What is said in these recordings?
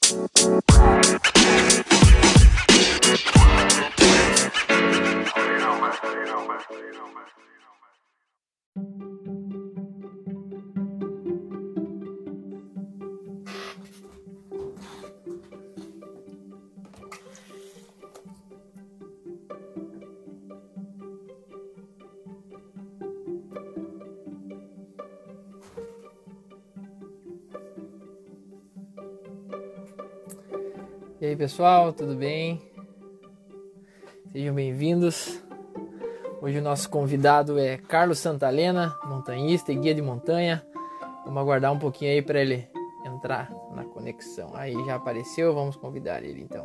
E aí pessoal, tudo bem? Sejam bem-vindos. Hoje o nosso convidado é Carlos Santalena, montanhista e guia de montanha. Vamos aguardar um pouquinho aí para ele entrar na conexão. Aí já apareceu, vamos convidar ele então.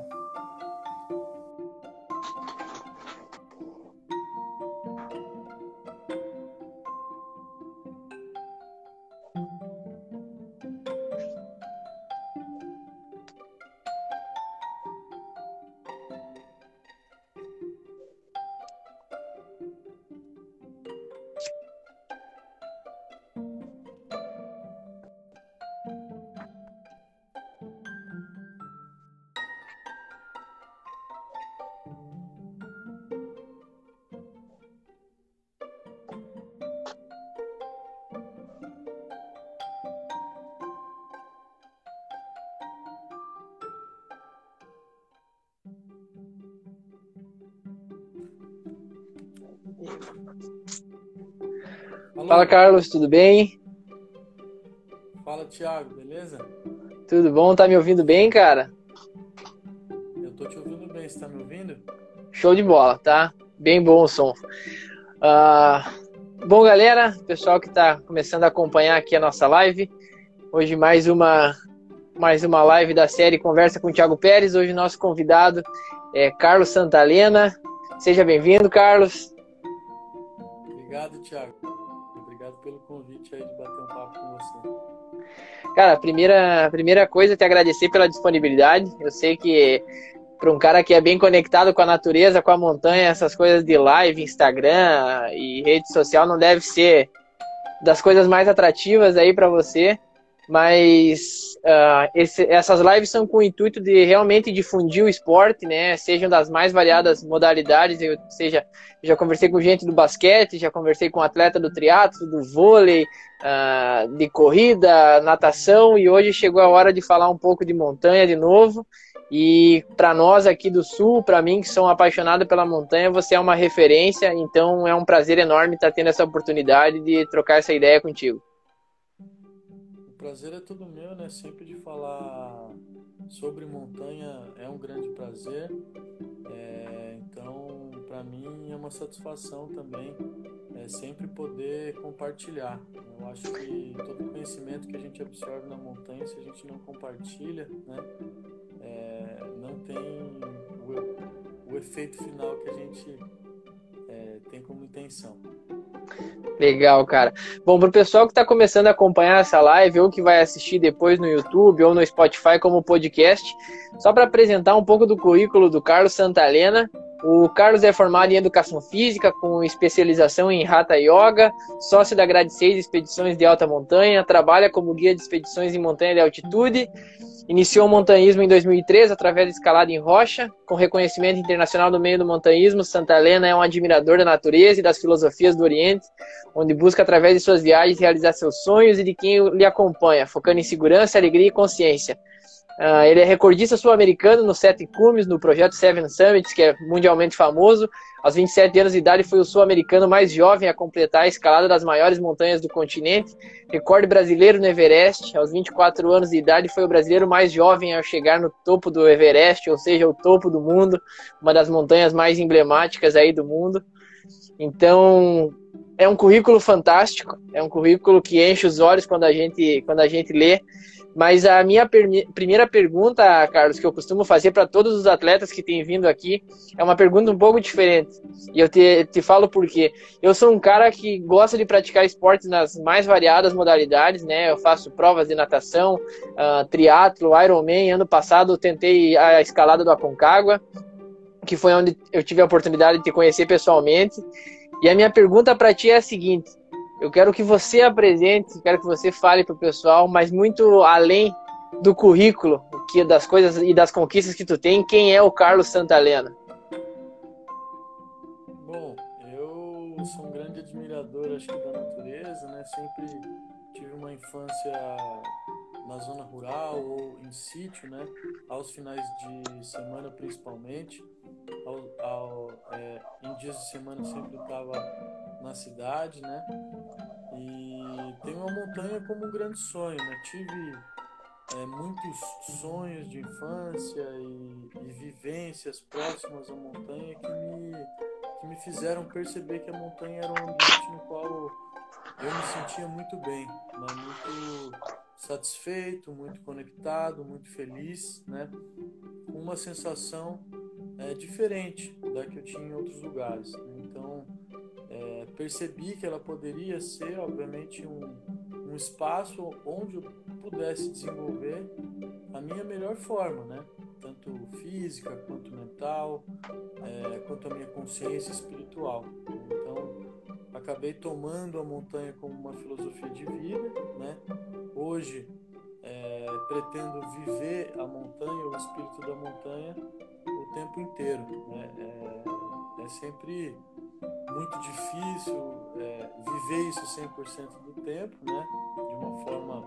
Alô? Fala Carlos, tudo bem? Fala, Thiago, beleza? Tudo bom? Tá me ouvindo bem, cara? Eu tô te ouvindo bem, você tá me ouvindo? Show de bola, tá? Bem bom o som. Bom, galera, pessoal que tá começando a acompanhar aqui a nossa live. Hoje mais uma live da série Conversa com o Thiago Pérez. Hoje nosso convidado é Carlos Santalena. Seja bem-vindo, Carlos. Obrigado, Thiago. Obrigado pelo convite aí de bater um papo com você. Cara, a primeira coisa é te agradecer pela disponibilidade. Eu sei que para um cara que é bem conectado com a natureza, com a montanha, essas coisas de live, Instagram e rede social não deve ser das coisas mais atrativas aí para você, mas essas lives são com o intuito de realmente difundir o esporte, né? Sejam das mais variadas modalidades, já conversei com gente do basquete, já conversei com atleta do triatlo, do vôlei, de corrida, natação, e hoje chegou a hora de falar um pouco de montanha de novo. E para nós aqui do Sul, para mim que sou apaixonado pela montanha, você é uma referência, então é um prazer enorme estar tendo essa oportunidade de trocar essa ideia contigo. O prazer é todo meu, né? Sempre de falar sobre montanha é um grande prazer. Então, para mim é uma satisfação também sempre poder compartilhar. Eu acho que todo conhecimento que a gente absorve na montanha, se a gente não compartilha, né? Não tem o efeito final que a gente tem como intenção. Legal, cara. Bom, pro pessoal que está começando a acompanhar essa live ou que vai assistir depois no YouTube ou no Spotify como podcast, só para apresentar um pouco do currículo do Carlos Santalena. O Carlos é formado em Educação Física, com especialização em Hatha Yoga, sócio da Grade 6 Expedições de Alta Montanha, trabalha como guia de expedições em montanha de altitude. Iniciou o montanhismo em 2003 através de escalada em rocha. Com reconhecimento internacional no meio do montanhismo, Santalena é um admirador da natureza e das filosofias do Oriente, onde busca através de suas viagens realizar seus sonhos e de quem lhe acompanha, focando em segurança, alegria e consciência. Ele é recordista sul-americano no 7 cumes, no projeto Seven Summits, que é mundialmente famoso. Aos 27 anos de idade, foi o sul-americano mais jovem a completar a escalada das maiores montanhas do continente. Recorde brasileiro no Everest. Aos 24 anos de idade, foi o brasileiro mais jovem a chegar no topo do Everest, ou seja, o topo do mundo, uma das montanhas mais emblemáticas aí do mundo. Então, é um currículo fantástico, é um currículo que enche os olhos quando a gente lê. Mas a minha primeira pergunta, Carlos, que eu costumo fazer para todos os atletas que têm vindo aqui, é uma pergunta um pouco diferente. E eu te falo por quê. Eu sou um cara que gosta de praticar esportes nas mais variadas modalidades, né? Eu faço provas de natação, triatlo, Ironman. Ano passado eu tentei a escalada do Aconcagua, que foi onde eu tive a oportunidade de te conhecer pessoalmente. E a minha pergunta para ti é a seguinte: eu quero que você apresente, quero que você fale para o pessoal, mas muito além do currículo, das coisas e das conquistas que tu tem, quem é o Carlos Santalena? Bom, eu sou um grande admirador, acho que da natureza, né? Sempre tive uma infância na zona rural ou em sítio, né? Aos finais de semana, principalmente. Em dias de semana eu sempre estava na cidade, né? E tenho uma montanha como um grande sonho, né? Tive muitos sonhos de infância e vivências próximas à montanha que me fizeram perceber que a montanha era um ambiente no qual eu me sentia muito bem, né? Muito satisfeito, muito conectado, muito feliz, né? Com uma sensação diferente da que eu tinha em outros lugares, né? Então, percebi que ela poderia ser, obviamente, um espaço onde eu pudesse desenvolver a minha melhor forma, né? Tanto física quanto mental, quanto a minha consciência espiritual. Então, acabei tomando a montanha como uma filosofia de vida, né? Hoje, pretendo viver a montanha, o espírito da montanha, o tempo inteiro, né? É sempre muito difícil viver isso 100% do tempo, né? De uma forma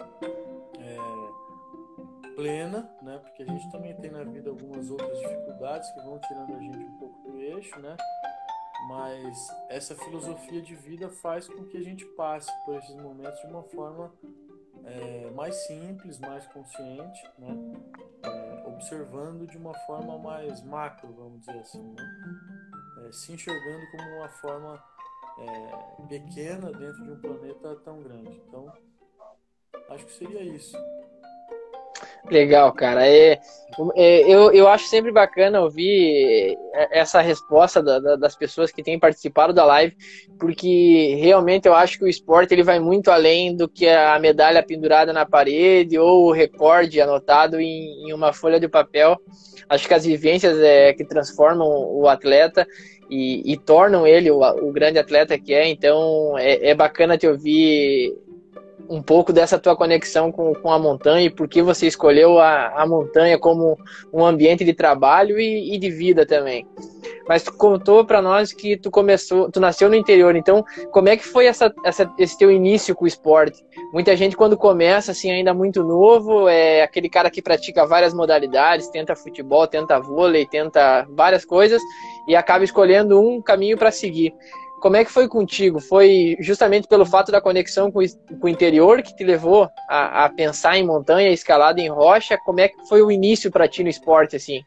plena, né? Porque a gente também tem na vida algumas outras dificuldades que vão tirando a gente um pouco do eixo, né? Mas essa filosofia de vida faz com que a gente passe por esses momentos de uma forma mais simples, mais consciente, né? Observando de uma forma mais macro, vamos dizer assim, né? Se enxergando como uma forma pequena dentro de um planeta tão grande. Então, acho que seria isso. Legal, cara. Eu acho sempre bacana ouvir essa resposta das pessoas que têm participado da live, porque realmente eu acho que o esporte ele vai muito além do que a medalha pendurada na parede ou o recorde anotado em uma folha de papel. Acho que as vivências que transformam o atleta e tornam ele o grande atleta que é. Então é bacana te ouvir um pouco dessa tua conexão com a montanha e por que você escolheu a montanha como um ambiente de trabalho e de vida também. Mas tu contou para nós que tu nasceu no interior, então como é que foi esse teu início com o esporte? Muita gente quando começa assim ainda muito novo, é aquele cara que pratica várias modalidades, tenta futebol, tenta vôlei, tenta várias coisas e acaba escolhendo um caminho para seguir. Como é que foi contigo? Foi justamente pelo fato da conexão com o interior que te levou a pensar em montanha, escalada em rocha? Como é que foi o início para ti no esporte, assim?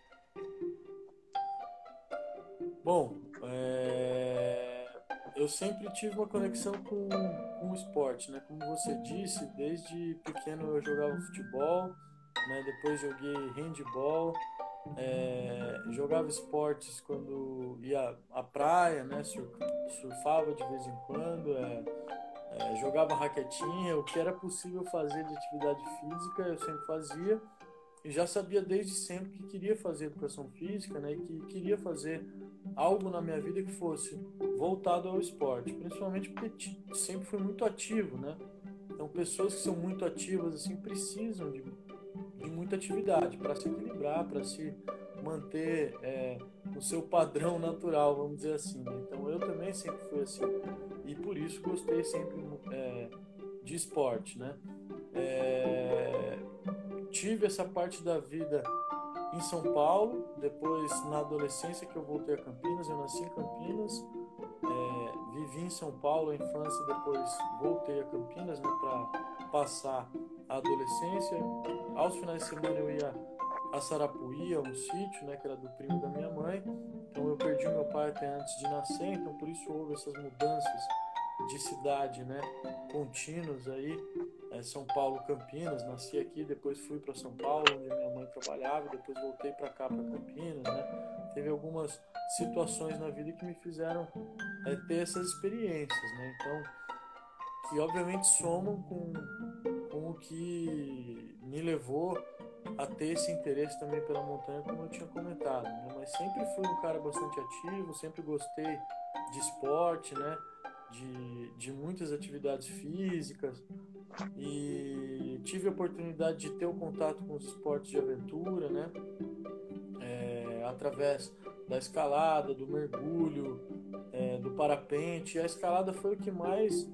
Bom, eu sempre tive uma conexão com o esporte, né? Como você disse, desde pequeno eu jogava futebol, né? Depois joguei handball, jogava esportes quando ia à praia, né? Surfava de vez em quando, jogava raquetinha, o que era possível fazer de atividade física eu sempre fazia e já sabia desde sempre que queria fazer educação física, né? E que queria fazer algo na minha vida que fosse voltado ao esporte, principalmente porque sempre fui muito ativo, né? Então, pessoas que são muito ativas assim precisam de muita atividade para se equilibrar, para se manter no seu padrão natural, vamos dizer assim, né? Então, eu também sempre fui assim e por isso gostei sempre de esporte, né? Tive essa parte da vida em São Paulo, depois na adolescência que eu voltei a Campinas, eu nasci em Campinas, vivi em São Paulo a infância, depois voltei a Campinas, né, para passar a adolescência. Aos finais de semana eu ia a Sarapuí, a um sítio, né, que era do primo da minha mãe. Então eu perdi o meu pai até antes de nascer, então por isso houve essas mudanças de cidade, né, contínuas aí. São Paulo, Campinas, nasci aqui, depois fui para São Paulo, onde minha mãe trabalhava, depois voltei para cá, para Campinas, né? Teve algumas situações na vida que me fizeram ter essas experiências, né? Então, que obviamente somam com o que me levou a ter esse interesse também pela montanha, como eu tinha comentado, né? Mas sempre fui um cara bastante ativo, sempre gostei de esporte, né? de muitas atividades físicas, e tive a oportunidade de ter o contato com os esportes de aventura, né? Através da escalada, do mergulho, do parapente. A escalada foi o que mais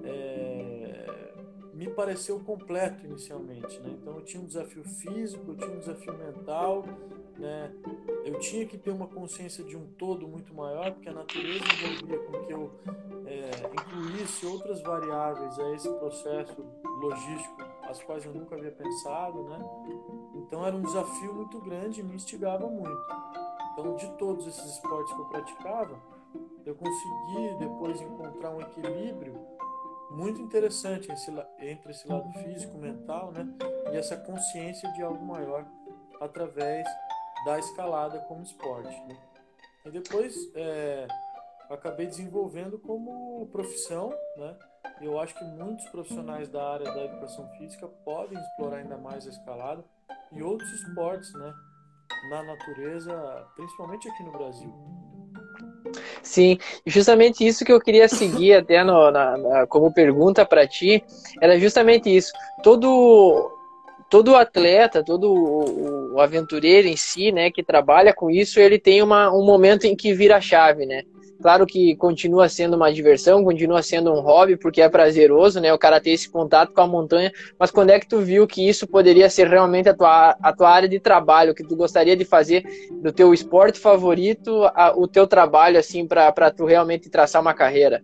me pareceu completo inicialmente, né? Então eu tinha um desafio físico, eu tinha um desafio mental, né? Eu tinha que ter uma consciência de um todo muito maior, porque a natureza envolvia com que eu incluísse outras variáveis a esse processo logístico, as quais eu nunca havia pensado, né? Então era um desafio muito grande e me instigava muito. Então, de todos esses esportes que eu praticava, eu consegui depois encontrar um equilíbrio muito interessante entre esse lado físico, mental, né? E essa consciência de algo maior através da escalada como esporte, né? E depois acabei desenvolvendo como profissão, né? Eu acho que muitos profissionais da área da educação física podem explorar ainda mais a escalada e outros esportes, né? Na natureza, principalmente aqui no Brasil. Sim, justamente isso que eu queria seguir até como pergunta para ti, era justamente isso. Todo atleta, todo o aventureiro em si, né, que trabalha com isso, ele tem um momento em que vira a chave, né? Claro que continua sendo uma diversão, continua sendo um hobby, porque é prazeroso, né, o cara ter esse contato com a montanha, mas quando é que tu viu que isso poderia ser realmente a tua área de trabalho, que tu gostaria de fazer do teu esporte favorito, o teu trabalho, assim, para tu realmente traçar uma carreira?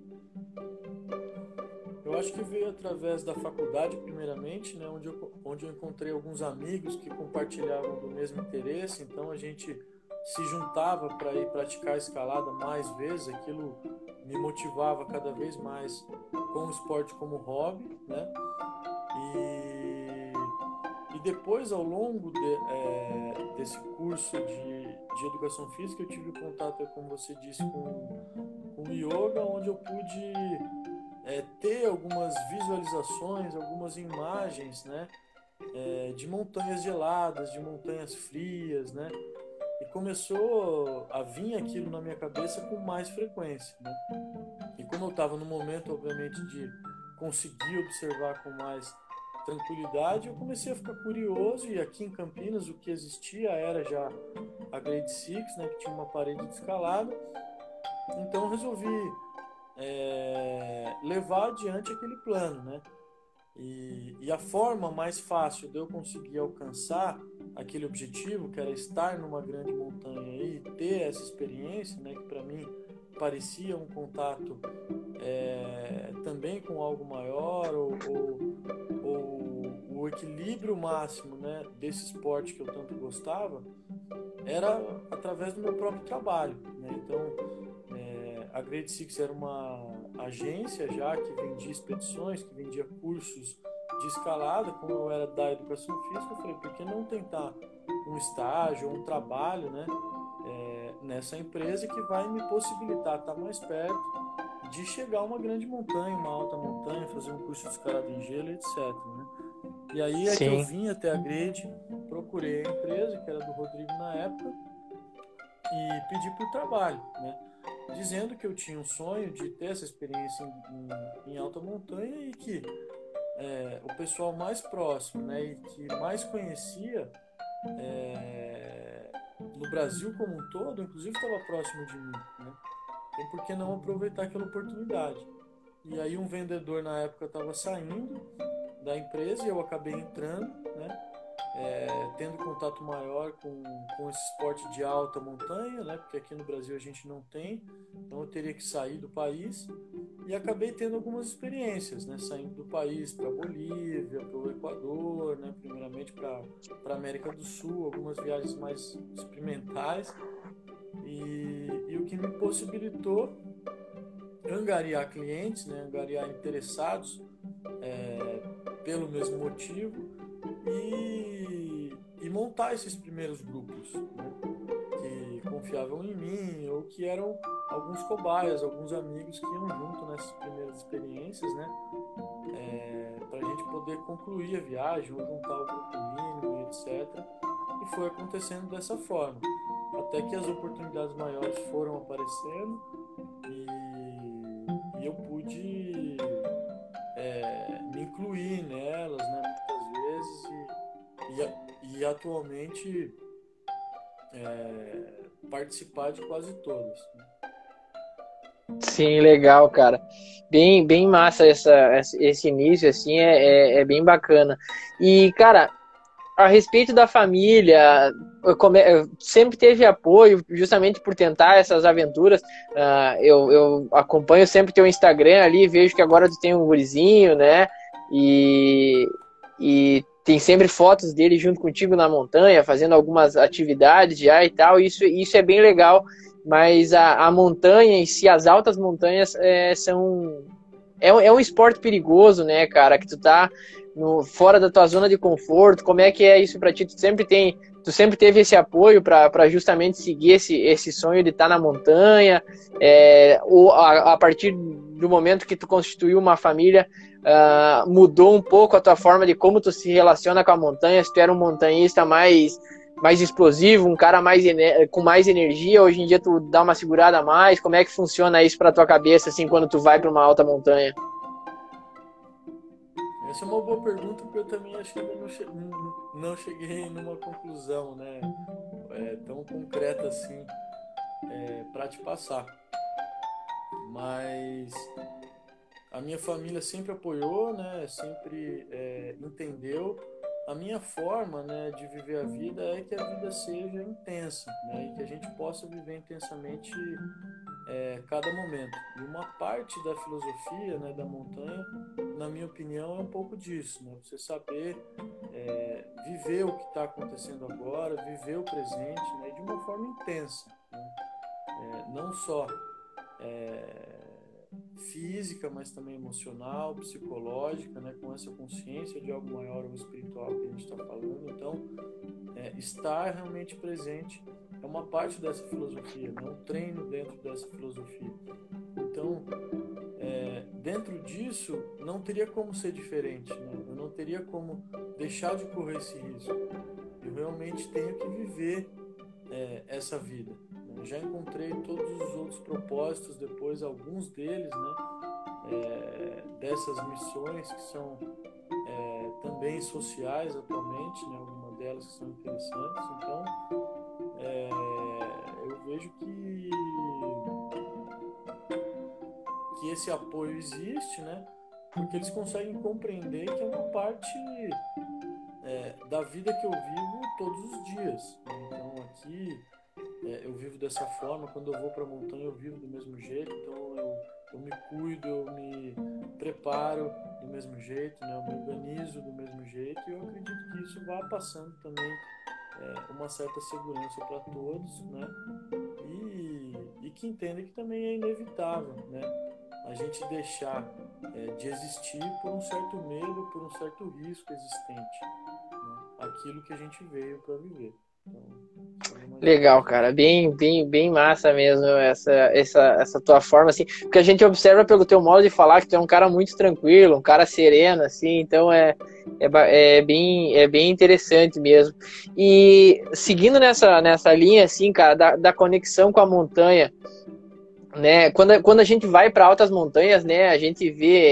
Eu acho que veio através da faculdade, primeiramente, né, onde eu encontrei alguns amigos que compartilhavam do mesmo interesse, então a gente se juntava para ir praticar escalada mais vezes, aquilo me motivava cada vez mais com o esporte como hobby, né? E depois, ao longo desse curso de educação física, eu tive contato, como você disse, com o yoga, onde eu pude ter algumas visualizações, algumas imagens, né, de montanhas geladas, de montanhas frias, né, e começou a vir aquilo na minha cabeça com mais frequência, né, e como eu estava no momento, obviamente, de conseguir observar com mais tranquilidade, eu comecei a ficar curioso, e aqui em Campinas o que existia era já a Grade Six, né, que tinha uma parede de escalada, então eu resolvi levar adiante aquele plano, né? E a forma mais fácil de eu conseguir alcançar aquele objetivo, que era estar numa grande montanha e ter essa experiência, né, que para mim parecia um contato também com algo maior, ou o equilíbrio máximo, né, desse esporte que eu tanto gostava, era através do meu próprio trabalho, né? Então, a Grade Six era uma agência já que vendia expedições, que vendia cursos de escalada. Como eu era da educação física, eu falei, por que não tentar um estágio, um trabalho, né, nessa empresa que vai me possibilitar estar mais perto de chegar a uma grande montanha, uma alta montanha, fazer um curso de escalada em gelo, etc, né? E aí é que eu Sim. vim até a Grade, procurei a empresa, que era do Rodrigo na época, e pedi por trabalho, né? Dizendo que eu tinha um sonho de ter essa experiência em alta montanha e que o pessoal mais próximo, né, e que mais conhecia no Brasil como um todo, inclusive estava próximo de mim, né? Então por que não aproveitar aquela oportunidade? E aí um vendedor na época estava saindo da empresa e eu acabei entrando, né? Tendo contato maior com esse esporte de alta montanha, né? Porque aqui no Brasil a gente não tem, então eu teria que sair do país e acabei tendo algumas experiências, né? Saindo do país para Bolívia, para o Equador, né? Primeiramente para a América do Sul, algumas viagens mais experimentais e o que me possibilitou angariar clientes, né? Angariar interessados pelo mesmo motivo e montar esses primeiros grupos, né, que confiavam em mim ou que eram alguns cobaias, alguns amigos que iam junto nessas primeiras experiências, né, para a gente poder concluir a viagem ou juntar o grupo mínimo, etc. E foi acontecendo dessa forma, até que as oportunidades maiores foram aparecendo e eu pude me incluir nelas, né, muitas vezes, e atualmente participar de quase todas, né? Sim, legal, cara. Bem massa esse início, assim, é bem bacana. E, cara, a respeito da família, eu sempre teve apoio justamente por tentar essas aventuras. Eu acompanho sempre teu Instagram ali, vejo que agora tu tem um gurizinho, né? E, e tem sempre fotos dele junto contigo na montanha, fazendo algumas atividades já e tal. Isso é bem legal, mas a montanha em si, as altas montanhas, é um esporte perigoso, né, cara? Que tu tá fora da tua zona de conforto. Como é que é isso pra ti? Tu sempre teve esse apoio para justamente seguir esse sonho de estar na montanha, ou a partir do momento que tu constituiu uma família, mudou um pouco a tua forma de como tu se relaciona com a montanha? Se tu era um montanhista mais explosivo, um cara com mais energia, hoje em dia tu dá uma segurada a mais? Como é que funciona isso pra tua cabeça, assim, quando tu vai para uma alta montanha? Essa é uma boa pergunta, porque eu também acho que ainda não cheguei numa conclusão, né, tão concreta assim, para te passar. Mas a minha família sempre apoiou, né, sempre entendeu. A minha forma, né, de viver a vida é que a vida seja intensa, né, e que a gente possa viver intensamente cada momento. E uma parte da filosofia, né, da montanha, na minha opinião, é um pouco disso, né? Você saber viver o que está acontecendo agora, viver o presente, né, de uma forma intensa, né? Não só física, mas também emocional, psicológica, né, com essa consciência de algo maior ou espiritual que a gente está falando. Então, estar realmente presente é uma parte dessa filosofia, né, um treino dentro dessa filosofia. Então, dentro disso, não teria como ser diferente, né? Eu não teria como deixar de correr esse risco. Eu realmente tenho que viver essa vida. Eu já encontrei todos os outros propósitos depois, alguns deles, né, dessas missões que são também sociais atualmente, né, algumas delas que são interessantes. Então, eu vejo que esse apoio existe, né, porque eles conseguem compreender que é uma parte da vida que eu vivo todos os dias, né? Então, aqui eu vivo dessa forma. Quando eu vou para a montanha, eu vivo do mesmo jeito. Então eu me cuido, eu me preparo do mesmo jeito, né? Eu me organizo do mesmo jeito, e eu acredito que isso vai passando também uma certa segurança para todos, né? E que entendem que também é inevitável, né, a gente deixar de existir por um certo medo, por um certo risco existente, né? Aquilo que a gente veio para viver. Então, Legal, cara, bem massa mesmo essa tua forma, assim, porque a gente observa pelo teu modo de falar que tu é um cara muito tranquilo, um cara sereno, assim, então bem interessante mesmo. E seguindo nessa linha, assim, cara, da conexão com a montanha, né, quando a gente vai para altas montanhas, né, a gente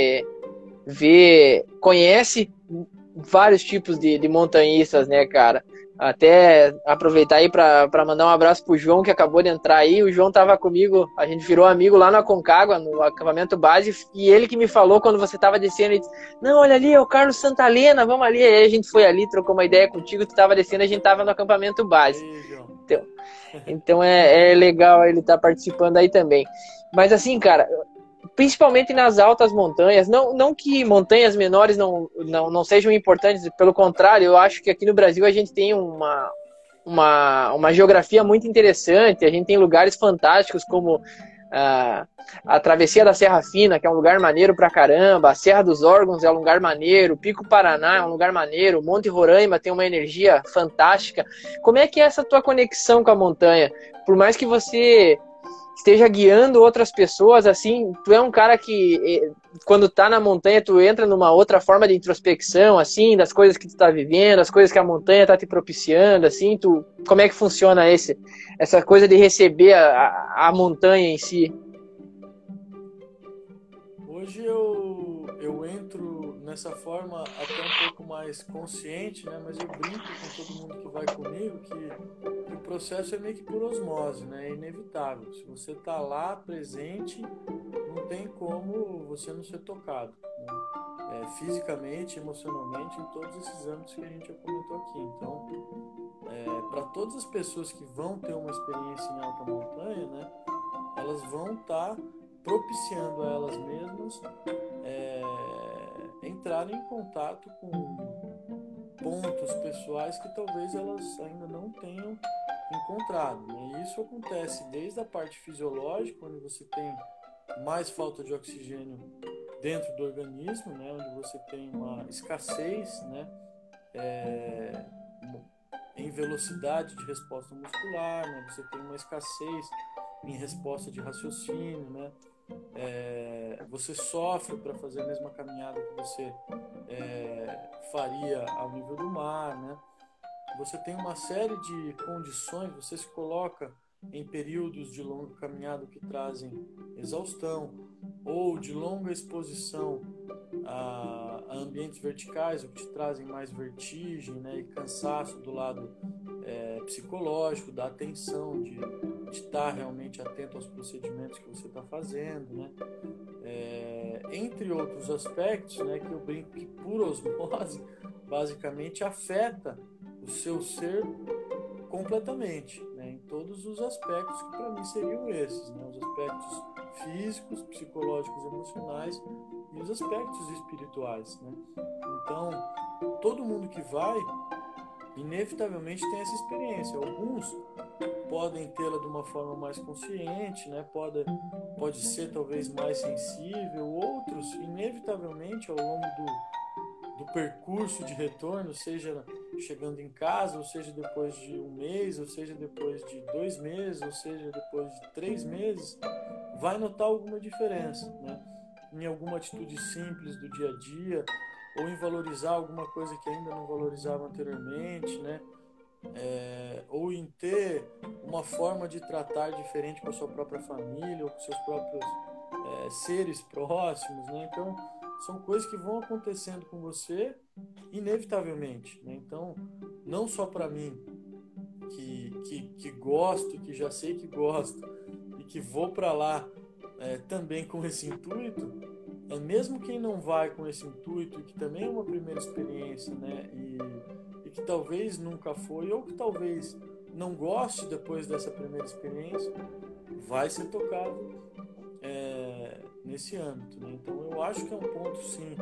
conhece vários tipos de montanhistas, né, cara? Até aproveitar aí para mandar um abraço pro João, que acabou de entrar aí. O João tava comigo, a gente virou amigo lá no Aconcagua, no acampamento base, e ele que me falou quando você tava descendo, ele disse: não, olha ali, é o Carlos Santalena, vamos ali. Aí a gente foi ali, trocou uma ideia contigo, tu tava descendo, a gente tava no acampamento base. Aí, João. Então é legal ele estar participando aí também. Mas assim, cara, principalmente nas altas montanhas, não que montanhas menores não sejam importantes, pelo contrário, eu acho que aqui no Brasil a gente tem uma geografia muito interessante, a gente tem lugares fantásticos como a travessia da Serra Fina, que é um lugar maneiro pra caramba, a Serra dos Órgãos é um lugar maneiro, Pico Paraná é um lugar maneiro, Monte Roraima tem uma energia fantástica. Como é que é essa tua conexão com a montanha? Por mais que você esteja guiando outras pessoas, assim, tu é um cara que, quando tá na montanha, tu entra numa outra forma de introspecção, assim, das coisas que tu tá vivendo, as coisas que a montanha tá te propiciando, assim, como é que funciona essa coisa de receber a montanha em si? Hoje eu entro nessa forma até um pouco mais consciente, né? Mas eu brinco com todo mundo que vai comigo que o processo é meio que por osmose, né? É inevitável. Se você está lá presente, não tem como você não ser tocado, né? Fisicamente, emocionalmente, em todos esses âmbitos que a gente já comentou aqui. Então, para todas as pessoas que vão ter uma experiência em alta montanha, né? Elas vão estar propiciando a elas mesmas entrarem em contato com pontos pessoais que talvez elas ainda não tenham encontrado, né? E isso acontece desde a parte fisiológica, onde você tem mais falta de oxigênio dentro do organismo, né? Onde você tem uma escassez, né? Em velocidade de resposta muscular, né? Você tem uma escassez em resposta de raciocínio, né? Você sofre para fazer a mesma caminhada que você faria ao nível do mar, né? Você tem uma série de condições, você se coloca em períodos de longa caminhada que trazem exaustão ou de longa exposição a ambientes verticais, o que te trazem mais vertigem, né, e cansaço do lado psicológico, da atenção, de estar realmente atento aos procedimentos que você está fazendo, né? Entre outros aspectos, né, que eu brinco que por osmose basicamente afeta o seu ser completamente, né, em todos os aspectos que para mim seriam esses, né, os aspectos físicos, psicológicos, emocionais e os aspectos espirituais, né? Então, todo mundo que vai inevitavelmente tem essa experiência. Alguns podem tê-la de uma forma mais consciente, né? Pode ser talvez mais sensível, outros inevitavelmente ao longo do percurso de retorno, seja chegando em casa, ou seja depois de um mês, ou seja depois de 2 meses, ou seja depois de 3 meses, vai notar alguma diferença, né? Em alguma atitude simples do dia a dia, ou em valorizar alguma coisa que ainda não valorizava anteriormente, né? Ou em ter uma forma de tratar diferente com a sua própria família ou com seus próprios seres próximos, né? Então, são coisas que vão acontecendo com você inevitavelmente, né? Então, não só para mim, que gosto, que já sei que gosto e que vou para lá também com esse intuito, mesmo quem não vai com esse intuito, que também é uma primeira experiência, né? E que talvez nunca foi, ou que talvez não goste depois dessa primeira experiência, vai ser tocado nesse âmbito, né? Então eu acho que é um ponto, sim,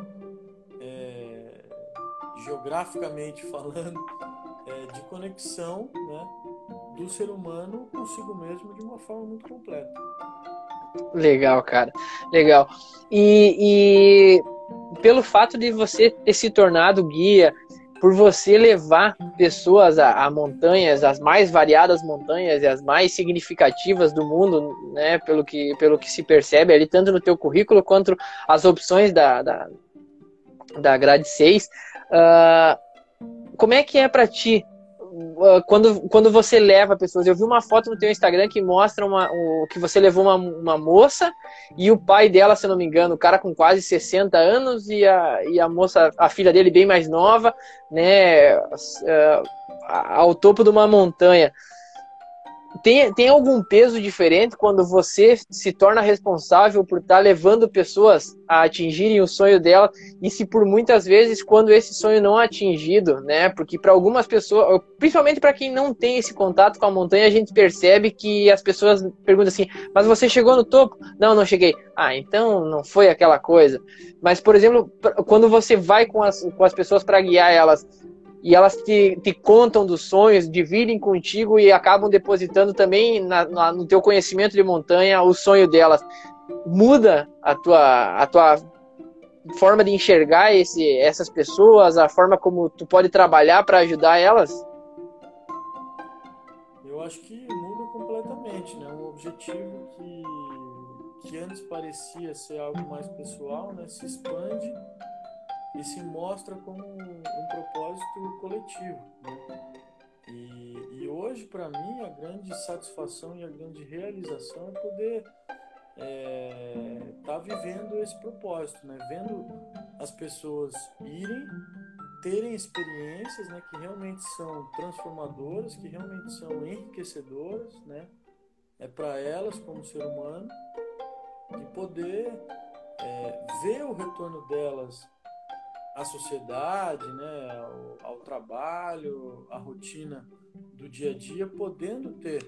geograficamente falando, de conexão, né, do ser humano consigo mesmo de uma forma muito completa. Legal, cara. Legal. E pelo fato de você ter se tornado guia, por você levar pessoas a montanhas, as mais variadas montanhas e as mais significativas do mundo, né? Pelo que se percebe ali, tanto no teu currículo quanto as opções da grade 6. Como é que é para ti quando você leva pessoas? Eu vi uma foto no teu Instagram que mostra que você levou uma moça e o pai dela, se não me engano, o cara com quase 60 anos e a moça, a filha dele bem mais nova, né, ao topo de uma montanha. Tem algum peso diferente quando você se torna responsável por estar levando pessoas a atingirem o sonho dela, e se por muitas vezes quando esse sonho não é atingido, né? Porque para algumas pessoas, principalmente para quem não tem esse contato com a montanha, a gente percebe que as pessoas perguntam assim: mas você chegou no topo? Não, não cheguei. Ah, então não foi aquela coisa. Mas, por exemplo, quando você vai com as pessoas para guiar elas, e elas te contam dos sonhos, dividem contigo e acabam depositando também no teu conhecimento de montanha o sonho delas. Muda a tua forma de enxergar essas pessoas, a forma como tu pode trabalhar para ajudar elas? Eu acho que muda completamente, né? Um objetivo que antes parecia ser algo mais pessoal, né? Se expande e se mostra como um propósito coletivo, né? E hoje, para mim, a grande satisfação e a grande realização é poder tá vivendo esse propósito, né? Vendo as pessoas irem, terem experiências, né, que realmente são transformadoras, que realmente são enriquecedoras, né? Para elas como ser humano, e poder ver o retorno delas à sociedade, né, ao trabalho, à rotina do dia a dia, podendo ter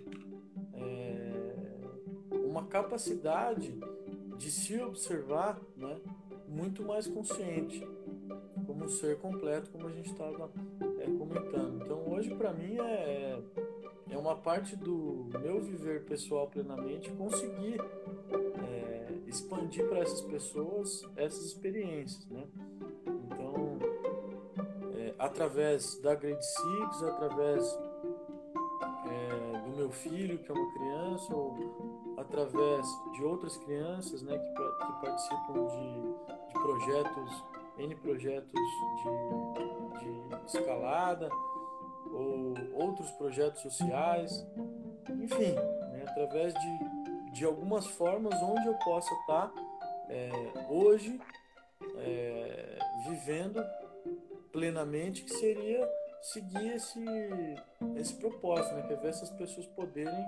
uma capacidade de se observar, né, muito mais consciente, como um ser completo, como a gente estava comentando. Então, hoje, para mim, é uma parte do meu viver pessoal plenamente conseguir expandir para essas pessoas essas experiências, né? Então, através da Grade Six, através do meu filho, que é uma criança, ou através de outras crianças, né, que participam de projetos, N projetos de escalada, ou outros projetos sociais, enfim, né, através de algumas formas onde eu possa estar hoje vivendo plenamente, que seria seguir esse propósito, né, que é ver essas pessoas poderem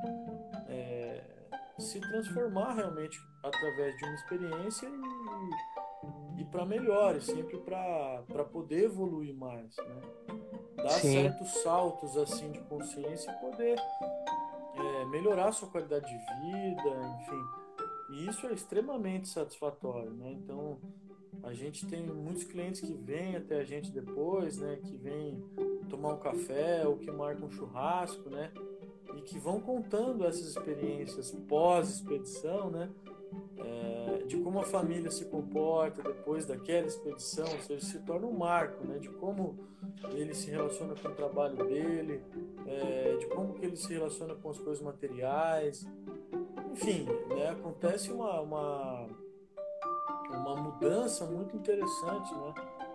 se transformar realmente através de uma experiência e para melhor, e sempre para poder evoluir mais, né? Dar Sim. certos saltos assim de consciência e poder melhorar a sua qualidade de vida, enfim. E isso é extremamente satisfatório, né? Então, a gente tem muitos clientes que vêm até a gente depois, né? Que vêm tomar um café ou que marcam um churrasco, né? E que vão contando essas experiências pós-expedição, né? De como a família se comporta depois daquela expedição, ou seja, se torna um marco, né? De como ele se relaciona com o trabalho dele, de como que ele se relaciona com as coisas materiais, enfim, né? Acontece uma mudança muito interessante, né?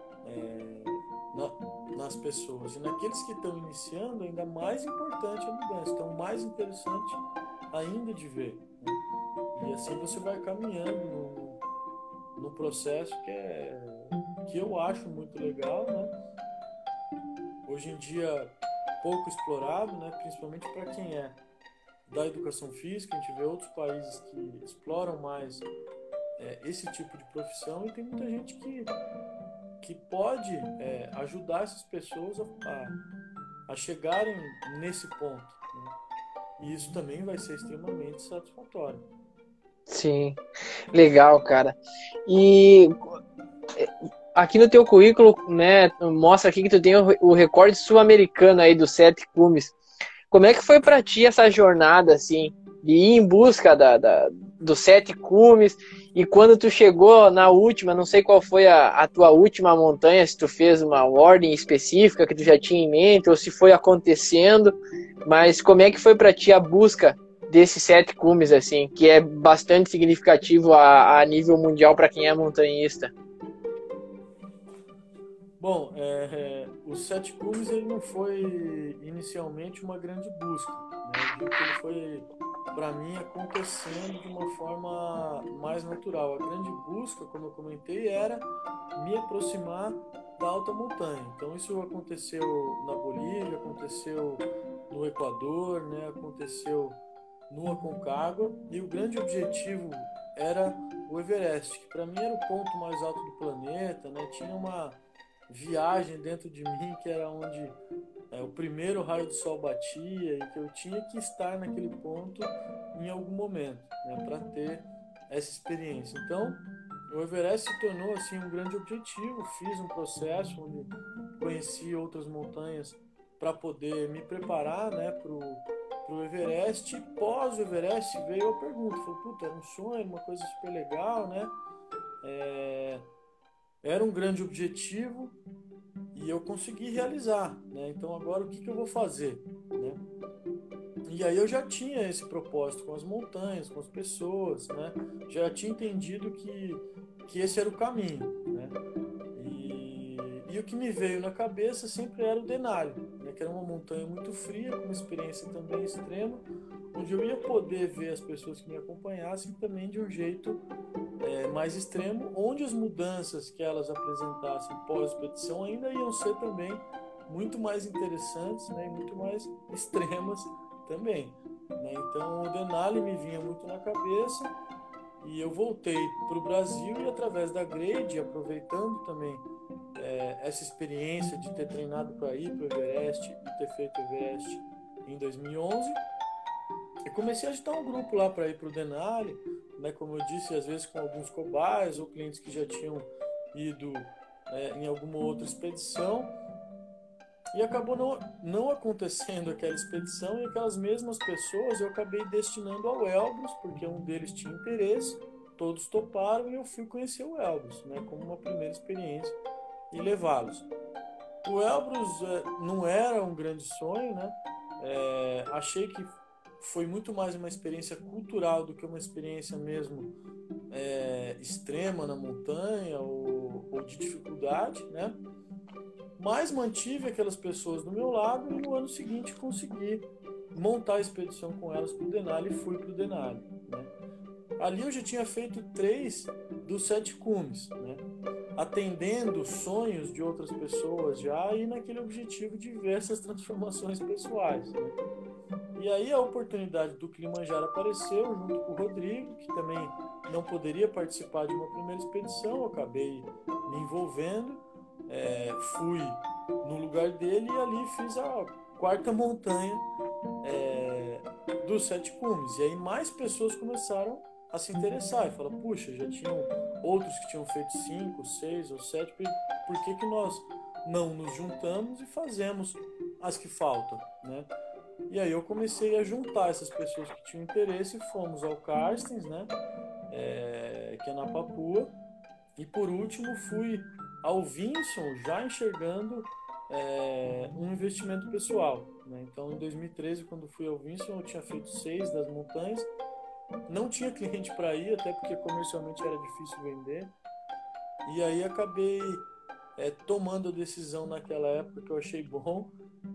Nas pessoas, e naqueles que estão iniciando, ainda mais importante a mudança, então mais interessante ainda de ver, né? E assim você vai caminhando no processo que eu acho muito legal, né? Hoje em dia pouco explorado, né? Principalmente para quem é da educação física. A gente vê outros países que exploram mais esse tipo de profissão, e tem muita gente que pode ajudar essas pessoas a chegarem nesse ponto, né? E isso também vai ser extremamente satisfatório. Sim, legal, cara. E aqui no teu currículo, né, mostra aqui que tu tem o recorde sul-americano aí dos 7 cumes. Como é que foi para ti essa jornada, assim, de ir em busca dos 7 cumes? E quando tu chegou na última, não sei qual foi a tua última montanha, se tu fez uma ordem específica que tu já tinha em mente, ou se foi acontecendo, mas como é que foi para ti a busca desses 7 cumes, assim, que é bastante significativo a nível mundial para quem é montanhista? Bom, os 7 cumes ele não foi inicialmente uma grande busca, né? Eu digo que ele foi, para mim, acontecendo de uma forma mais natural. A grande busca, como eu comentei, era me aproximar da alta montanha. Então isso aconteceu na Bolívia, aconteceu no Equador, né? Aconteceu no Aconcagua, e o grande objetivo era o Everest, que para mim era o ponto mais alto do planeta, né? Tinha uma viagem dentro de mim que era onde o primeiro raio do sol batia, e que eu tinha que estar naquele ponto em algum momento, né, para ter essa experiência. Então, o Everest se tornou assim um grande objetivo. Fiz um processo onde conheci outras montanhas para poder me preparar, né, para o Everest. E pós o Everest veio a pergunta, falei, puta, era um sonho, uma coisa super legal, né? Era um grande objetivo e eu consegui realizar, né? Então agora o que eu vou fazer, né? E aí eu já tinha esse propósito com as montanhas, com as pessoas, né? Já tinha entendido que esse era o caminho, né? E o que me veio na cabeça sempre era o Denali, né? né, que era uma montanha muito fria, com uma experiência também extrema, onde eu ia poder ver as pessoas que me acompanhassem também de um jeito mais extremo, onde as mudanças que elas apresentassem pós-expedição ainda iam ser também muito mais interessantes, né, e muito mais extremas também, né? Então o Denali me vinha muito na cabeça e eu voltei para o Brasil e através da Grade, aproveitando também essa experiência de ter treinado para ir para o Everest e ter feito o Everest em 2011, eu comecei a agitar um grupo lá para ir para o Denali, né, como eu disse, às vezes com alguns cobaias ou clientes que já tinham ido em alguma outra expedição, e acabou não acontecendo aquela expedição, e aquelas mesmas pessoas eu acabei destinando ao Elbrus, porque um deles tinha interesse, todos toparam e eu fui conhecer o Elbrus, né, como uma primeira experiência e levá-los. O Elbrus não era um grande sonho, né? Achei que foi muito mais uma experiência cultural do que uma experiência mesmo extrema na montanha ou de dificuldade, né? Mas mantive aquelas pessoas do meu lado e no ano seguinte consegui montar a expedição com elas para o Denali e fui para o Denali, né? Ali eu já tinha feito 3 dos 7 cumes, né? Atendendo sonhos de outras pessoas já e naquele objetivo de ver essas transformações pessoais, né? E aí a oportunidade do Kilimanjaro apareceu junto com o Rodrigo, que também não poderia participar de uma primeira expedição, eu acabei me envolvendo, fui no lugar dele e ali fiz a 4ª montanha dos 7 cumes. E aí mais pessoas começaram a se interessar e falar, puxa, já tinham outros que tinham feito 5, 6 ou 7, por que nós não nos juntamos e fazemos as que faltam, né? E aí eu comecei a juntar essas pessoas que tinham interesse e fomos ao Carstens, né? Que é na Papua, e por último fui ao Vinson já enxergando um investimento pessoal, né? Então em 2013, quando fui ao Vinson, eu tinha feito 6 das montanhas. Não tinha cliente para ir, até porque comercialmente era difícil vender. E aí acabei tomando a decisão naquela época que eu achei bom,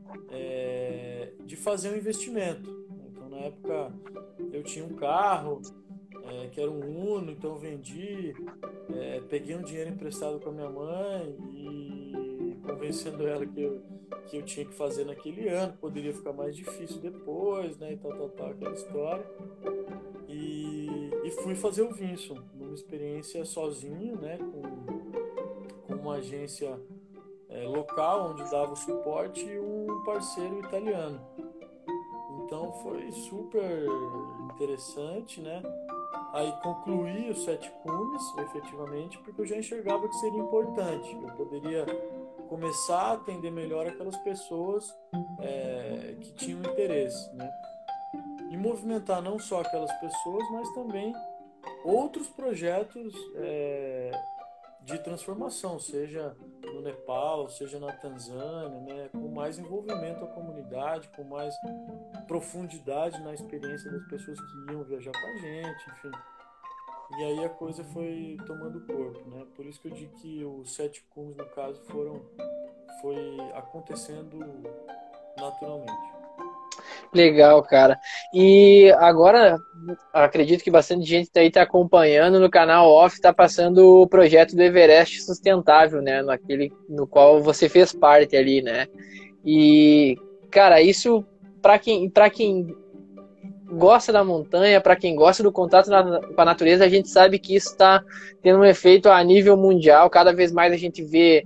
de fazer um investimento. Então na época eu tinha um carro, que era um Uno, então eu vendi, peguei um dinheiro emprestado com a minha mãe e convencendo ela que eu tinha que fazer naquele ano, poderia ficar mais difícil depois, né, e tal, aquela história. E fui fazer o Vinson, numa experiência sozinho, né, com uma agência local, onde dava o suporte, e um parceiro italiano. Então foi super interessante, né? Aí concluí os 7 cumes, efetivamente, porque eu já enxergava que seria importante. Eu poderia começar a atender melhor aquelas pessoas que tinham interesse, né? E movimentar não só aquelas pessoas, mas também outros projetos de transformação, seja no Nepal, seja na Tanzânia, né, com mais envolvimento à comunidade, com mais profundidade na experiência das pessoas que iam viajar com a gente, enfim. E aí a coisa foi tomando corpo, né? Por isso que eu digo que os 7 cumes, no caso, foi acontecendo naturalmente. Legal, cara. E agora, acredito que bastante gente aí está acompanhando no canal Off, está passando o projeto do Everest Sustentável, né? Naquele no qual você fez parte ali, né? E, cara, isso para quem gosta da montanha, para quem gosta do contato com a natureza, a gente sabe que isso está tendo um efeito a nível mundial. Cada vez mais a gente vê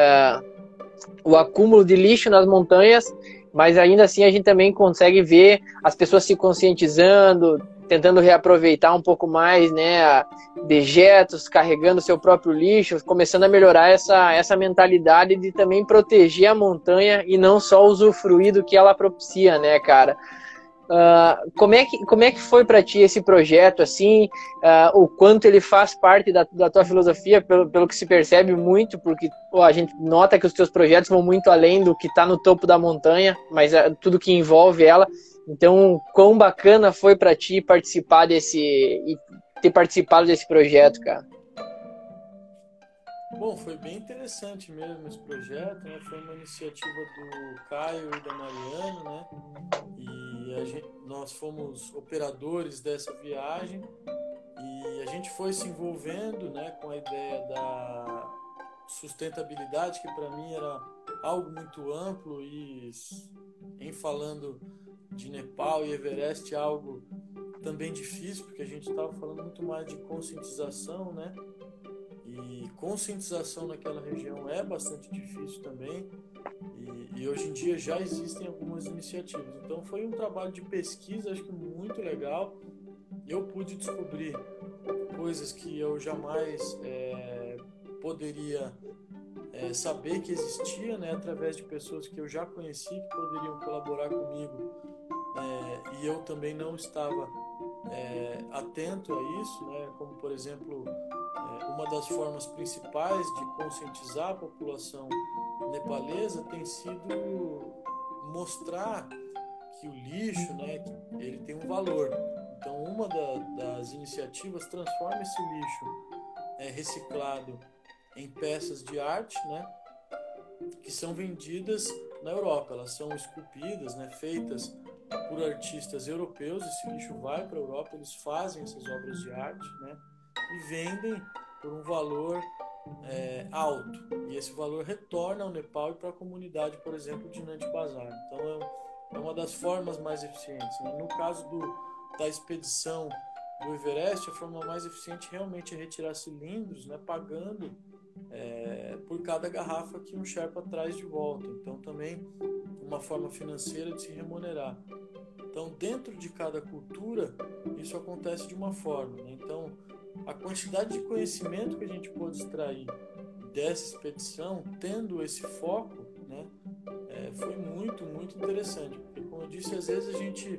o acúmulo de lixo nas montanhas, mas ainda assim a gente também consegue ver as pessoas se conscientizando, tentando reaproveitar um pouco mais, né, dejetos, carregando seu próprio lixo, começando a melhorar essa mentalidade de também proteger a montanha e não só usufruir do que ela propicia, né, cara? Como é que foi para ti esse projeto, assim, o quanto ele faz parte da tua filosofia, pelo que se percebe muito, porque a gente nota que os teus projetos vão muito além do que está no topo da montanha, mas tudo que envolve ela. Então, quão bacana foi para ti ter participado desse projeto, cara? Bom, foi bem interessante mesmo esse projeto, né? Foi uma iniciativa do Caio e da Mariana, né? E nós fomos operadores dessa viagem e a gente foi se envolvendo, né, com a ideia da sustentabilidade, que para mim era algo muito amplo, e em falando de Nepal e Everest, algo também difícil, porque a gente estava falando muito mais de conscientização, né? E conscientização naquela região é bastante difícil também, e hoje em dia já existem algumas iniciativas. Então foi um trabalho de pesquisa, acho que muito legal. Eu pude descobrir coisas que eu jamais poderia saber que existia, né, através de pessoas que eu já conheci, que poderiam colaborar comigo, e eu também não estava atento a isso, né, como por exemplo, uma das formas principais de conscientizar a população nepalesa tem sido mostrar que o lixo, né, ele tem um valor. Então, uma das iniciativas transforma esse lixo reciclado em peças de arte, né, que são vendidas na Europa. Elas são esculpidas, né, feitas por artistas europeus. Esse lixo vai para a Europa, eles fazem essas obras de arte, né, e vendem por um valor alto. E esse valor retorna ao Nepal e para a comunidade, por exemplo, de Nanti Bazar. Então, é uma das formas mais eficientes, né? No caso da expedição do Everest, a forma mais eficiente realmente é retirar cilindros, né, pagando por cada garrafa que um Sherpa traz de volta. Então, também uma forma financeira de se remunerar. Então, dentro de cada cultura, isso acontece de uma forma, né? Então, a quantidade de conhecimento que a gente pôde extrair dessa expedição, tendo esse foco, né, foi muito, muito interessante. Porque, como eu disse, às vezes a gente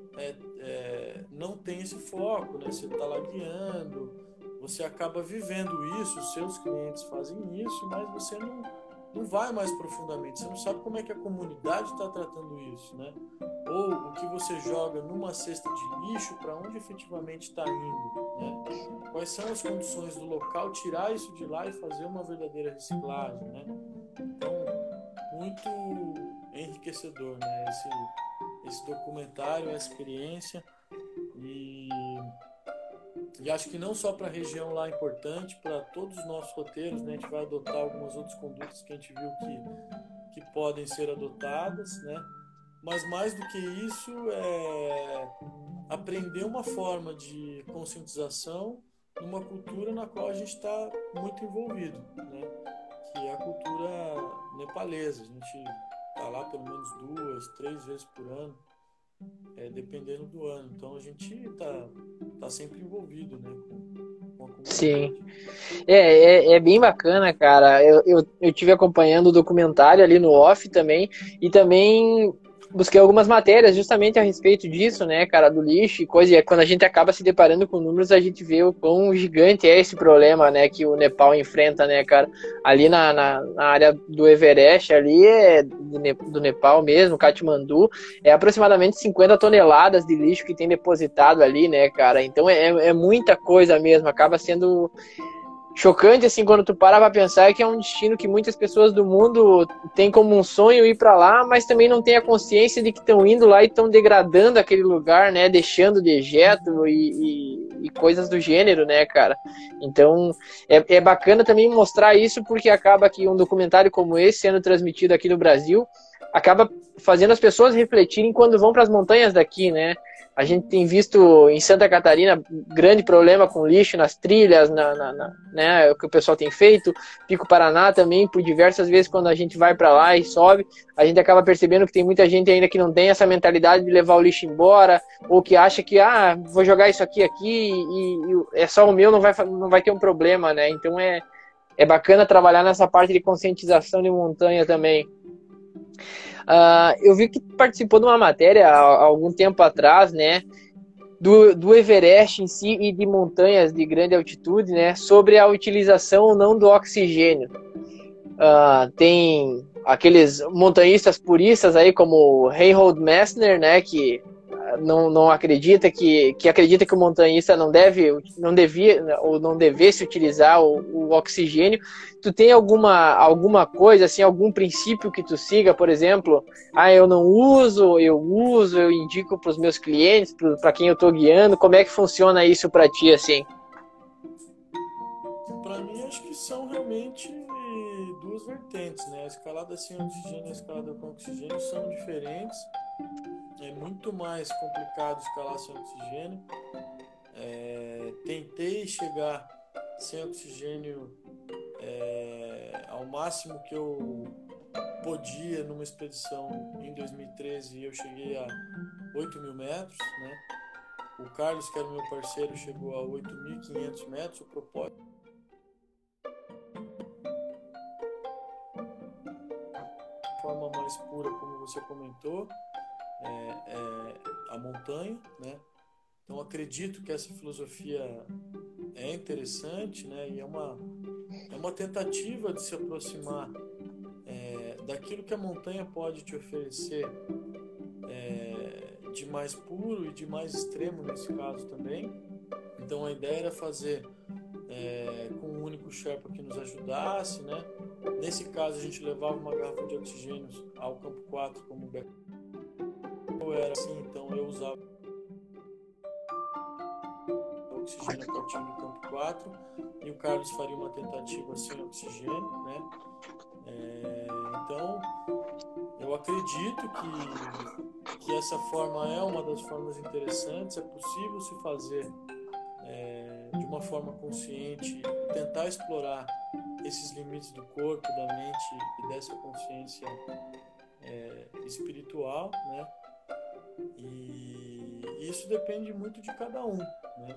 não tem esse foco, né? Você está lá guiando, você acaba vivendo isso, os seus clientes fazem isso, mas você não vai mais profundamente, você não sabe como é que a comunidade está tratando isso, né? Ou o que você joga numa cesta de lixo, para onde efetivamente está indo, né? Quais são as condições do local, tirar isso de lá e fazer uma verdadeira reciclagem, né? Então, muito enriquecedor, né? Esse documentário, essa experiência, e acho que não só para a região lá é importante, para todos os nossos roteiros, né? A gente vai adotar algumas outras condutas que a gente viu que podem ser adotadas, né? Mas mais do que isso, aprender uma forma de conscientização numa cultura na qual a gente está muito envolvido, né? Que é a cultura nepalesa. A gente está lá pelo menos 2, 3 vezes por ano, dependendo do ano. Então a gente tá sempre envolvido, né, com a comunidade. Sim. É bem bacana, cara. Eu tive acompanhando o documentário ali no off também, e também busquei algumas matérias justamente a respeito disso, né, cara, do lixo e coisa. E quando a gente acaba se deparando com números, a gente vê o quão gigante é esse problema, né, que o Nepal enfrenta, né, cara. Ali na área do Everest, ali do Nepal mesmo, Katmandu, é aproximadamente 50 toneladas de lixo que tem depositado ali, né, cara. Então é muita coisa mesmo, acaba sendo chocante, assim, quando tu para pra pensar que é um destino que muitas pessoas do mundo têm como um sonho ir para lá, mas também não tem a consciência de que estão indo lá e estão degradando aquele lugar, né, deixando dejeto e coisas do gênero, né, cara. Então, é bacana também mostrar isso, porque acaba que um documentário como esse, sendo transmitido aqui no Brasil, acaba fazendo as pessoas refletirem quando vão para as montanhas daqui, né. A gente tem visto em Santa Catarina grande problema com lixo nas trilhas, né, o que o pessoal tem feito. Pico Paraná também, por diversas vezes, quando a gente vai para lá e sobe, a gente acaba percebendo que tem muita gente ainda que não tem essa mentalidade de levar o lixo embora, ou que acha que, vou jogar isso aqui e é só o meu, não vai ter um problema, né? Então é bacana trabalhar nessa parte de conscientização de montanha também. Eu vi que participou de uma matéria há algum tempo atrás, né, do Everest em si e de montanhas de grande altitude, né, sobre a utilização ou não do oxigênio. Tem aqueles montanhistas puristas aí como Reinhold Messner, né, que não acredita que acredita que o montanhista não devia ou não devesse utilizar o oxigênio. Tu tem alguma coisa assim, algum princípio que tu siga, por exemplo? Eu não uso, eu indico para os meus clientes, para quem eu estou guiando. Como é que funciona isso para ti assim? Para mim, acho que são realmente duas vertentes, né? A escalada sem oxigênio e a escalada com oxigênio são diferentes. É muito mais complicado escalar sem oxigênio. Tentei chegar sem oxigênio ao máximo que eu podia numa expedição em 2013 e eu cheguei a 8.000 metros, né? O Carlos, que era meu parceiro, chegou a 8.500 metros. O propósito de forma mais pura, como você comentou, a montanha, né? Então acredito que essa filosofia é interessante, né? E é uma tentativa de se aproximar daquilo que a montanha pode te oferecer, de mais puro e de mais extremo nesse caso também. Então a ideia era fazer com um único Sherpa que nos ajudasse, né? Nesse caso a gente levava uma garrafa de oxigênio ao campo 4 como backup. Era assim, então eu usava oxigênio a partir do campo 4 e o Carlos faria uma tentativa sem oxigênio, né? Então eu acredito que essa forma é uma das formas interessantes. É possível se fazer de uma forma consciente e tentar explorar esses limites do corpo, da mente e dessa consciência espiritual, né? E isso depende muito de cada um, né?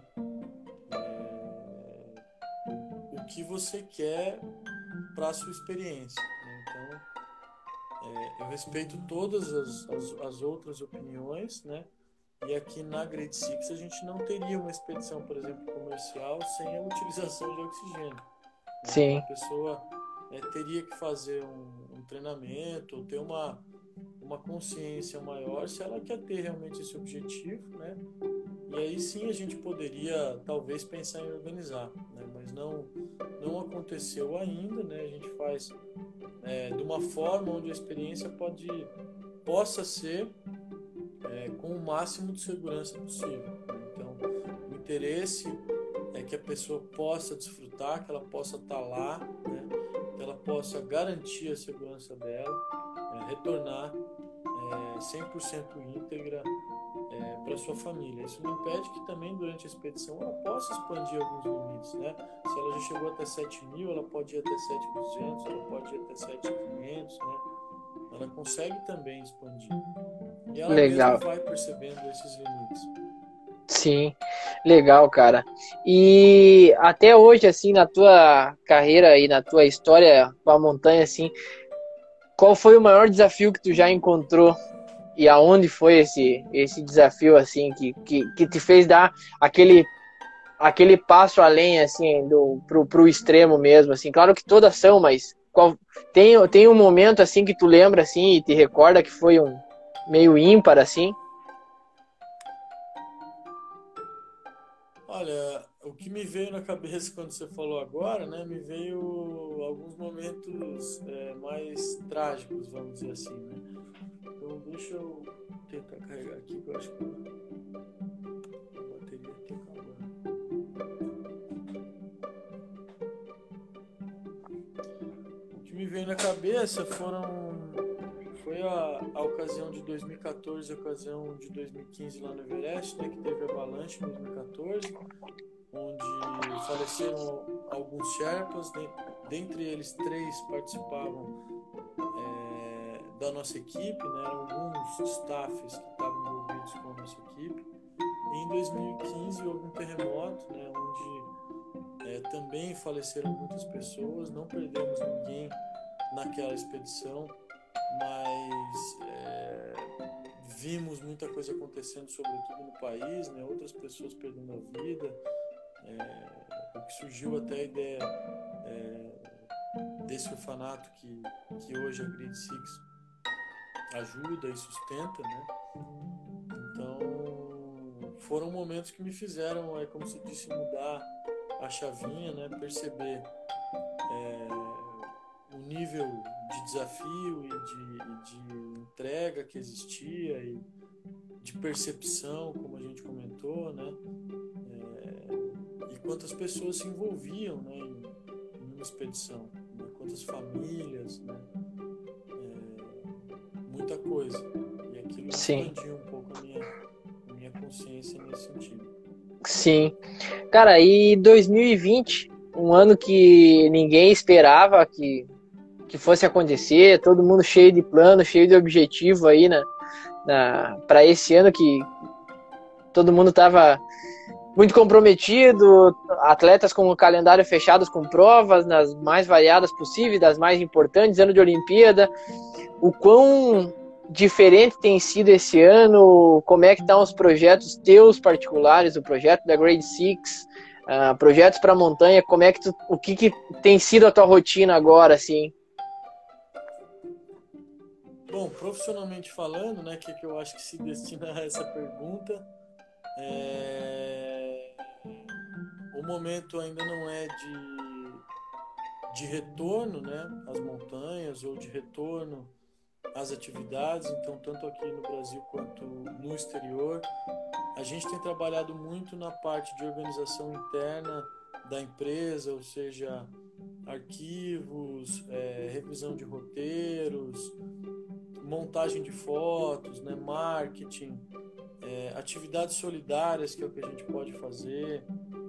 O que você quer para a sua experiência, né? Então, eu respeito todas as outras opiniões, né? E aqui na Great Six a gente não teria uma expedição, por exemplo, comercial sem a utilização de oxigênio, né? Sim. Então a pessoa teria que fazer um treinamento, ou ter uma consciência maior se ela quer ter realmente esse objetivo, né? E aí sim a gente poderia talvez pensar em organizar, né? Mas não aconteceu ainda, né? A gente faz de uma forma onde a experiência possa ser com o máximo de segurança possível, né? Então, o interesse é que a pessoa possa desfrutar, que ela possa estar lá, né? Que ela possa garantir a segurança dela, retornar 100% íntegra para sua família. Isso não impede que também durante a expedição ela possa expandir alguns limites, né? Se ela já chegou até 7.000, ela pode ir até 7.200, ela pode ir até 7.500, né? Ela consegue também expandir. E ela mesma Legal. vai percebendo esses limites. Sim, legal, cara. E até hoje, assim, na tua carreira e na tua história com a montanha, assim, qual foi o maior desafio que tu já encontrou e aonde foi esse desafio, assim, que te fez dar aquele passo além, assim, pro extremo mesmo, assim? Claro que todas são, mas tem um momento, assim, que tu lembra, assim, e te recorda que foi um meio ímpar, assim? Olha, o que me veio na cabeça quando você falou agora, né? Me veio alguns momentos mais trágicos, vamos dizer assim, né? Então deixa eu tentar carregar aqui, que eu acho que a bateria está acabando. O que me veio na cabeça foi a ocasião de 2014 e a ocasião de 2015 lá no Everest, né, que teve a avalanche em 2014, onde faleceram alguns Sherpas, né, dentre eles 3 participavam da nossa equipe, né, eram alguns staffs que estavam envolvidos com a nossa equipe. E em 2015 houve um terremoto, né, onde também faleceram muitas pessoas, não perdemos ninguém naquela expedição, mas vimos muita coisa acontecendo, sobretudo no país, né? Outras pessoas perdendo a vida, o que surgiu até a ideia desse orfanato que hoje a Grid Six ajuda e sustenta, né? Então foram momentos que me fizeram, como se disse, mudar a chavinha, né? Perceber o nível de desafio e de entrega que existia e de percepção, como a gente comentou, né? E quantas pessoas se envolviam, né, em uma expedição, né? Quantas famílias, né? Muita coisa. E aquilo expandiu um pouco a minha consciência nesse sentido. Sim. Cara, e 2020, um ano que ninguém esperava que fosse acontecer, todo mundo cheio de plano, cheio de objetivo aí para esse ano, que todo mundo estava muito comprometido, atletas com o calendário fechado com provas nas mais variadas possíveis, das mais importantes, ano de Olimpíada. O quão diferente tem sido esse ano? Como é que estão os projetos teus particulares, o projeto da Grade Six, projetos para montanha? Como é que o que tem sido a tua rotina agora, assim? Bom, profissionalmente falando, né, que eu acho que se destina a essa pergunta, o momento ainda não é de retorno, né, às montanhas ou de retorno às atividades. Então, tanto aqui no Brasil quanto no exterior, a gente tem trabalhado muito na parte de organização interna da empresa, ou seja, arquivos, revisão de roteiros, montagem de fotos, né, marketing, atividades solidárias, que é o que a gente pode fazer,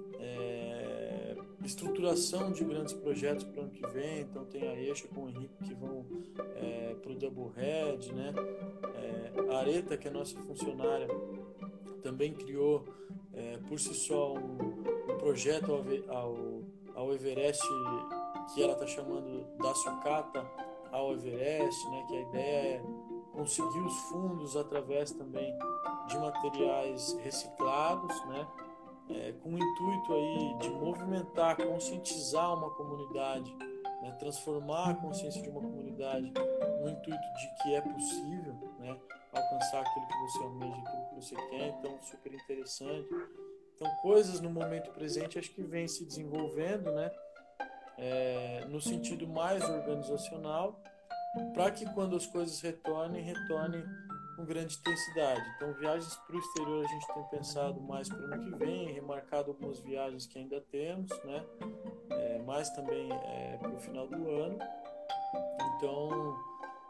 estruturação de grandes projetos para o ano que vem. Então tem a Eixo com o Henrique que vão para o Double Head, né? A Areta, que é nossa funcionária, também criou por si só um projeto ao Everest, que ela está chamando da sucata ao Everest, né? Que a ideia é conseguir os fundos através também de materiais reciclados, né? Com o intuito aí de movimentar, conscientizar uma comunidade, né? Transformar a consciência de uma comunidade no intuito de que é possível, né? Alcançar aquilo que você almeja, aquilo que você quer. Então, super interessante. Então, coisas no momento presente acho que vem se desenvolvendo, né? No sentido mais organizacional, para que quando as coisas retornem com grande intensidade. Então, viagens para o exterior a gente tem pensado mais para o ano que vem, remarcado algumas viagens que ainda temos, né? Mas também para o final do ano. Então,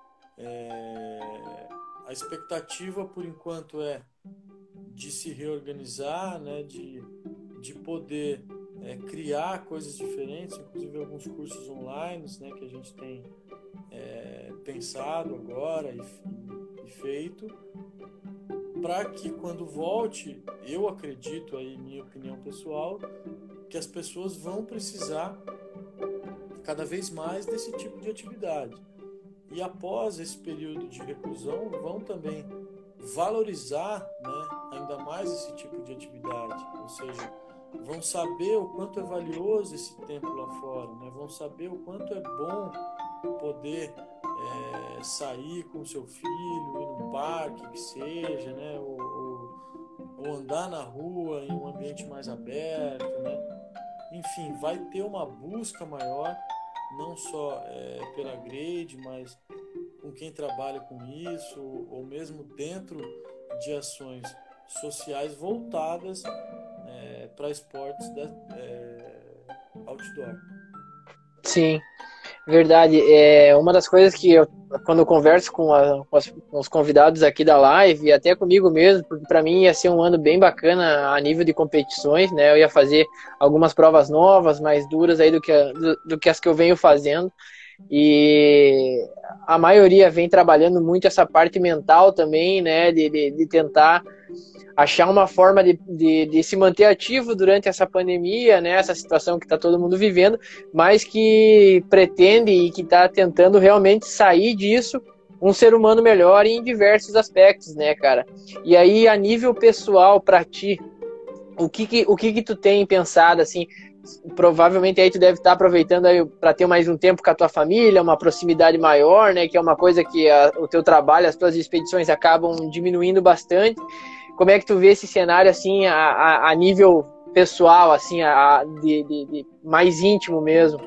a expectativa por enquanto é de se reorganizar, né? De poder criar coisas diferentes, inclusive alguns cursos online, né? Que a gente tem pensado agora e feito, para que quando volte, eu acredito, aí minha opinião pessoal, que as pessoas vão precisar cada vez mais desse tipo de atividade. E após esse período de reclusão, vão também valorizar, né, ainda mais esse tipo de atividade, ou seja, vão saber o quanto é valioso esse tempo lá fora, né? Vão saber o quanto é bom poder sair com seu filho, ir num parque, que seja, né? Ou andar na rua em um ambiente mais aberto, né? Enfim, vai ter uma busca maior, não só pela grade, mas com quem trabalha com isso, ou mesmo dentro de ações sociais voltadas para esportes outdoor. Sim, verdade. Uma das coisas que quando eu converso com os convidados aqui da live, e até comigo mesmo, porque para mim ia ser um ano bem bacana a nível de competições, né? Eu ia fazer algumas provas novas, mais duras aí do que as que eu venho fazendo. E a maioria vem trabalhando muito essa parte mental também, né? De tentar achar uma forma de se manter ativo durante essa pandemia, né? Essa situação que está todo mundo vivendo, mas que pretende e que está tentando realmente sair disso um ser humano melhor em diversos aspectos, né, cara? E aí, a nível pessoal, para ti, o que tu tem pensado, assim? Provavelmente aí tu deve estar aproveitando aí para ter mais um tempo com a tua família, uma proximidade maior, né? Que é uma coisa que o teu trabalho, as tuas expedições acabam diminuindo bastante. como é que tu vê esse cenário assim a nível pessoal, assim, de mais íntimo mesmo?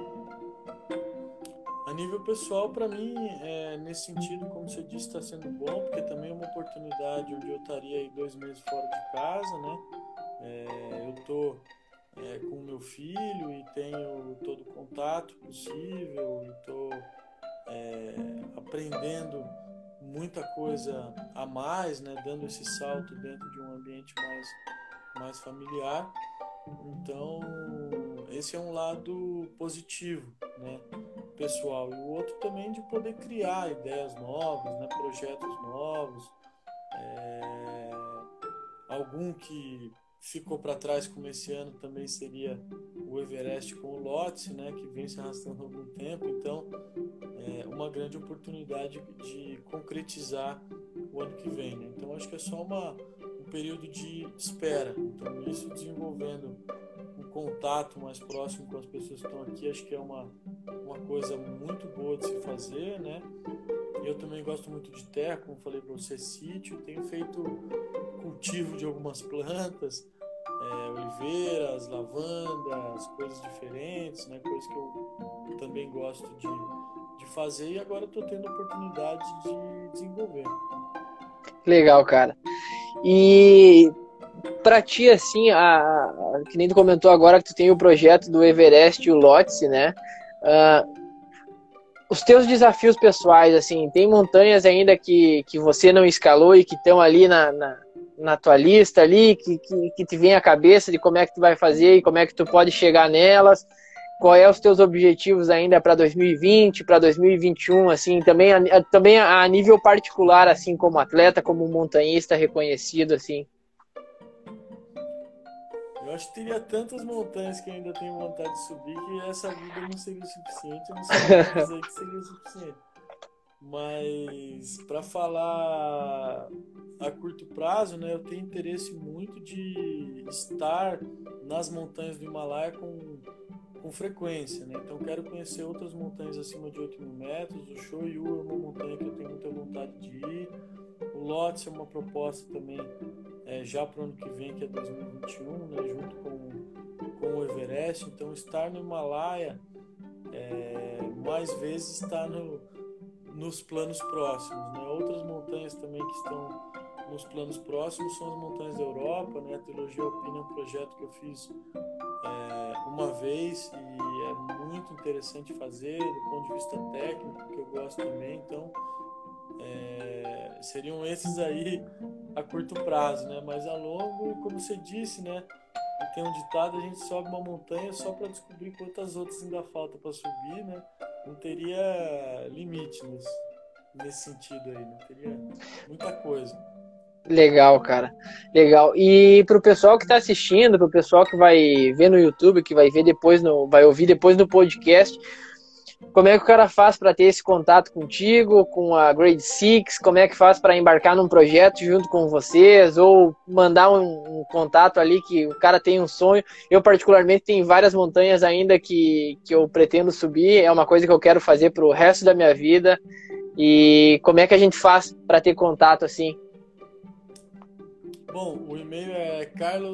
A nível pessoal, para mim, nesse sentido, como você disse, está sendo bom, porque também é uma oportunidade onde eu estaria aí 2 meses fora de casa, né? Eu tô com o meu filho e tenho todo o contato possível e estou aprendendo muita coisa a mais, né? Dando esse salto dentro de um ambiente mais familiar. Então, esse é um lado positivo, né, pessoal. E o outro também de poder criar ideias novas, né, projetos novos. É, Algum que ficou para trás como esse ano também seria o Everest com o Lhotse, né, que vem se arrastando há algum tempo. Então, é uma grande oportunidade de concretizar o ano que vem, né? Então, acho que é só um período de espera. Então, isso desenvolvendo um contato mais próximo com as pessoas que estão aqui, acho que é uma coisa muito boa de se fazer, né? Eu também gosto muito de terra, como falei para você, sítio, tenho feito cultivo de algumas plantas, oliveiras, lavandas, coisas diferentes, né? Coisas que eu também gosto de fazer e agora estou tendo a oportunidade de desenvolver. Legal, cara. E pra ti, assim, que nem tu comentou agora que tu tem o projeto do Everest e o Lhotse, né? Os teus desafios pessoais, assim, tem montanhas ainda que você não escalou e que estão ali na tua lista ali, que te vem à cabeça de como é que tu vai fazer e como é que tu pode chegar nelas? Qual é os teus objetivos ainda para 2020, para 2021, assim, também a nível particular, assim, como atleta, como montanhista reconhecido, assim? Eu acho que teria tantas montanhas que eu ainda tenho vontade de subir que essa vida não seria o suficiente, eu não sei nem dizer que seria o suficiente. Mas para falar a curto prazo, né, eu tenho interesse muito de estar nas montanhas do Himalaia com frequência, né? Então quero conhecer outras montanhas acima de 8.000 metros. O Shoyu é uma montanha que eu tenho muita vontade de ir. O Lhotse é uma proposta também já para o ano que vem, que é 2021, né, junto com o Everest. Então estar no Himalaia mais vezes está nos planos próximos, né? Outras montanhas também que estão nos planos próximos são as montanhas da Europa, né? A trilogia alpina é um projeto que eu fiz uma vez e é muito interessante fazer do ponto de vista técnico, que eu gosto também. Então seriam esses aí a curto prazo, né? Mas a longo, como você disse, né? E tem um ditado, a gente sobe uma montanha só para descobrir quantas outras ainda falta para subir, né? Não teria limite nesse sentido aí, não teria muita coisa. Legal, cara. Legal. E pro pessoal que tá assistindo, pro pessoal que vai ver no YouTube, que vai ver depois vai ouvir depois no podcast, como é que o cara faz para ter esse contato contigo, com a Grade Six? Como é que faz para embarcar num projeto junto com vocês? Ou mandar um contato ali que o cara tem um sonho? Eu, particularmente, tenho várias montanhas ainda que eu pretendo subir. É uma coisa que eu quero fazer pro resto da minha vida. E como é que a gente faz para ter contato assim? Bom, o e-mail é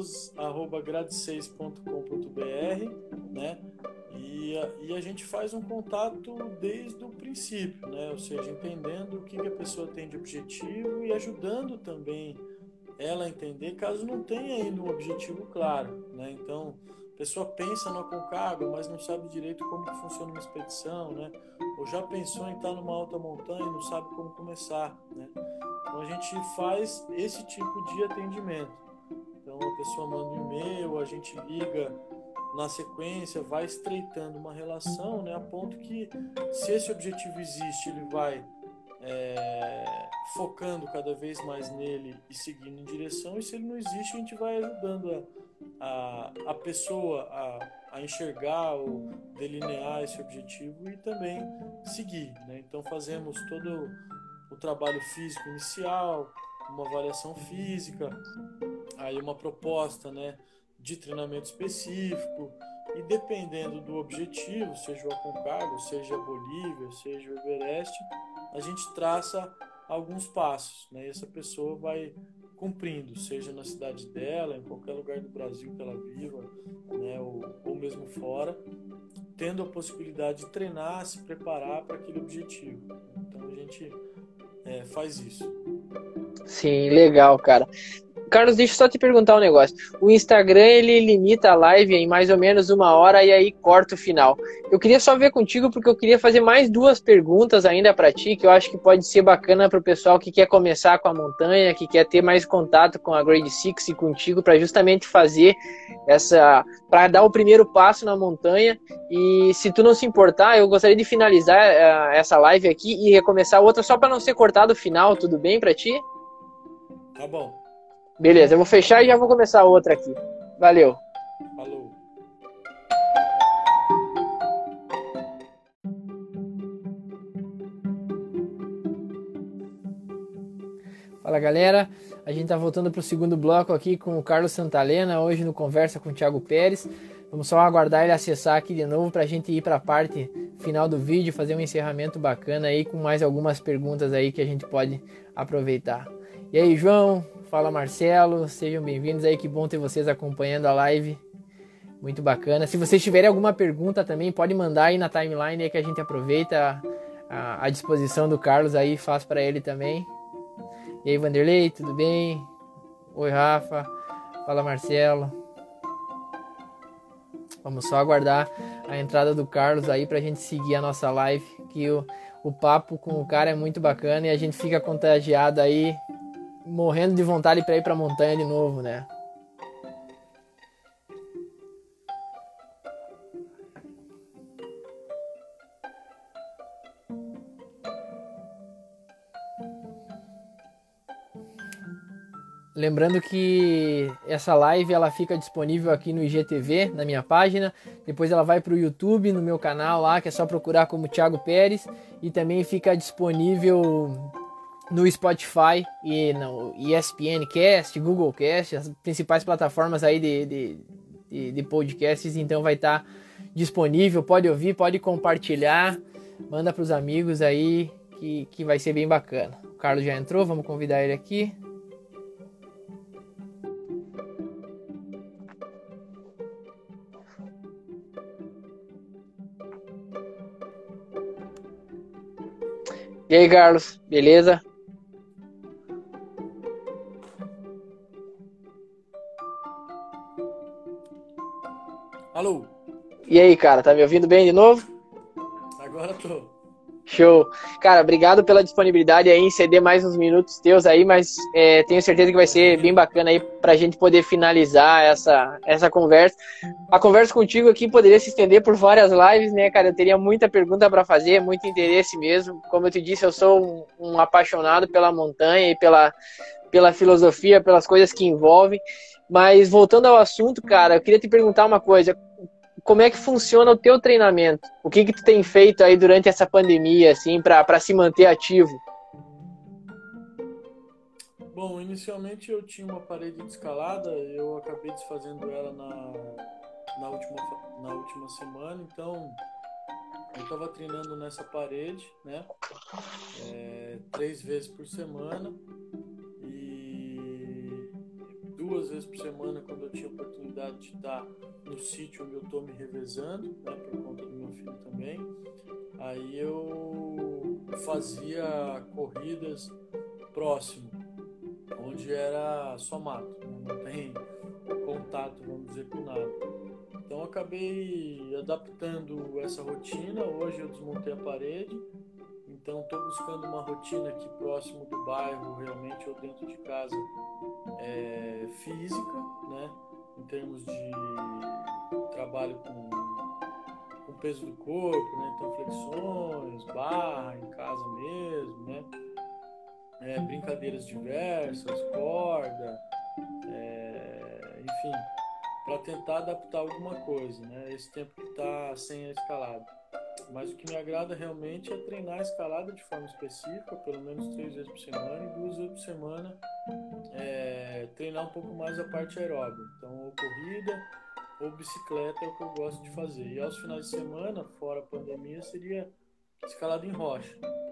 carlos@grade6.com.br, né? E a gente faz um contato desde o princípio, né? Ou seja, entendendo o que a pessoa tem de objetivo e ajudando também ela a entender caso não tenha ainda um objetivo claro, né? Então, a pessoa pensa no Aconcagua, mas não sabe direito como que funciona uma expedição, né? Ou já pensou em estar numa alta montanha e não sabe como começar, né? Então a gente faz esse tipo de atendimento. Então a pessoa manda um e-mail, a gente liga na sequência, vai estreitando uma relação, né, a ponto que, se esse objetivo existe, ele vai focando cada vez mais nele e seguindo em direção, e se ele não existe, a gente vai ajudando a pessoa a enxergar ou delinear esse objetivo e também seguir, né? Então fazemos todo o trabalho físico inicial, uma avaliação física, aí uma proposta, né, de treinamento específico, e dependendo do objetivo, seja o Aconcagua, seja a Bolívia, seja o Everest, a gente traça alguns passos, né? E essa pessoa vai cumprindo, seja na cidade dela, em qualquer lugar do Brasil que ela viva, né, ou mesmo fora, tendo a possibilidade de treinar, se preparar para aquele objetivo. Então a gente faz isso. Sim, legal, cara. Carlos, deixa eu só te perguntar um negócio. O Instagram, ele limita a live em mais ou menos 1 hora e aí corta o final. Eu queria só ver contigo porque eu queria fazer mais 2 perguntas ainda para ti, que eu acho que pode ser bacana para o pessoal que quer começar com a montanha, que quer ter mais contato com a Grade Six e contigo para justamente fazer para dar o primeiro passo na montanha. E se tu não se importar, eu gostaria de finalizar essa live aqui e recomeçar outra só para não ser cortado o final, tudo bem para ti? Tá bom. Beleza, eu vou fechar e já vou começar outra aqui. Valeu. Falou. Fala, galera. A gente tá voltando pro segundo bloco aqui com o Carlos Santalena, hoje no Conversa com o Thiago Pérez. Vamos só aguardar ele acessar aqui de novo pra gente ir pra parte final do vídeo, fazer um encerramento bacana aí com mais algumas perguntas aí que a gente pode aproveitar. E aí, João? Fala, Marcelo. Sejam bem-vindos aí, que bom ter vocês acompanhando a live. Muito bacana. Se vocês tiverem alguma pergunta também, pode mandar aí na timeline aí que a gente aproveita a disposição do Carlos aí e faz para ele também. E aí, Vanderlei, tudo bem? Oi, Rafa. Fala, Marcelo. Vamos só aguardar a entrada do Carlos aí pra gente seguir a nossa live, que o papo com o cara é muito bacana e a gente fica contagiado aí, morrendo de vontade para ir pra montanha de novo, né? Lembrando que essa live ela fica disponível aqui no IGTV, na minha página. Depois ela vai para o YouTube, no meu canal lá, que é só procurar como Thiago Pérez. E também fica disponível no Spotify e no ESPN Cast, Google Cast, as principais plataformas aí de podcasts. Então vai estar disponível, pode ouvir, pode compartilhar, manda para os amigos aí que vai ser bem bacana. O Carlos já entrou, vamos convidar ele aqui. E aí, Carlos, beleza? Alô? E aí, cara, tá me ouvindo bem de novo? Agora tô. Show. Cara, obrigado pela disponibilidade aí em ceder mais uns minutos teus aí, mas tenho certeza que vai ser bem bacana aí pra gente poder finalizar essa conversa. A conversa contigo aqui poderia se estender por várias lives, né, cara? Eu teria muita pergunta para fazer, muito interesse mesmo. Como eu te disse, eu sou um apaixonado pela montanha e pela filosofia, pelas coisas que envolvem. Mas voltando ao assunto, cara, eu queria te perguntar uma coisa. Como é que funciona o teu treinamento? O que tu tem feito aí durante essa pandemia, assim, para se manter ativo? Bom, inicialmente eu tinha uma parede de escalada, eu acabei desfazendo ela na última semana, então eu estava treinando nessa parede, né? 3 vezes por semana e 2 vezes por semana quando eu tinha oportunidade de estar no sítio onde eu estou me revezando, né? Por conta do meu filho também. Aí eu fazia corridas próximo, onde era só mato, né? Não tem contato, vamos dizer, com nada. Então eu acabei adaptando essa rotina. Hoje eu desmontei a parede, então estou buscando uma rotina aqui próximo do bairro, realmente, ou dentro de casa, física, né? Em termos de trabalho com peso do corpo, né? Então flexões, barra em casa mesmo, né? Brincadeiras diversas, corda, enfim, para tentar adaptar alguma coisa, né? Esse tempo que está sem a escalada. Mas o que me agrada realmente é treinar a escalada de forma específica, pelo menos 3 vezes por semana, e 2 vezes por semana treinar um pouco mais a parte aeróbica. Então, ou corrida ou bicicleta é o que eu gosto de fazer. E aos finais de semana, fora a pandemia, seria escalada em rocha.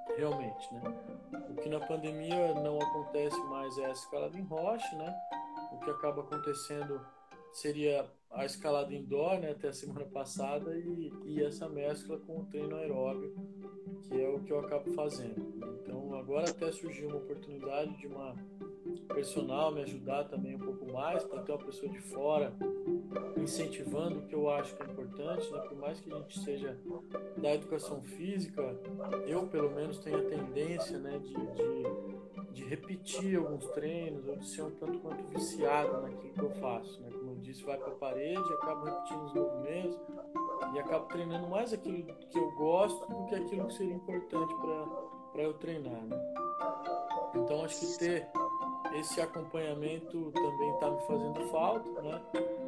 realmente, né? O que na pandemia não acontece mais é a escalada em rocha, né? O que acaba acontecendo seria a escalada indoor, né, até a semana passada, e essa mescla com o treino aeróbio, que é o que eu acabo fazendo. Então, agora até surgiu uma oportunidade de uma personal me ajudar também um pouco mais, para ter uma pessoa de fora incentivando o que eu acho que é importante, né? Por mais que a gente seja da educação física, eu pelo menos tenho a tendência, né, de repetir alguns treinos, ou de ser um tanto quanto viciado naquilo que eu faço, né? Como eu disse, vai para a parede, acabo repetindo os movimentos e acabo treinando mais aquilo que eu gosto do que aquilo que seria importante para eu treinar, né? Então acho que ter esse acompanhamento também está me fazendo falta, né?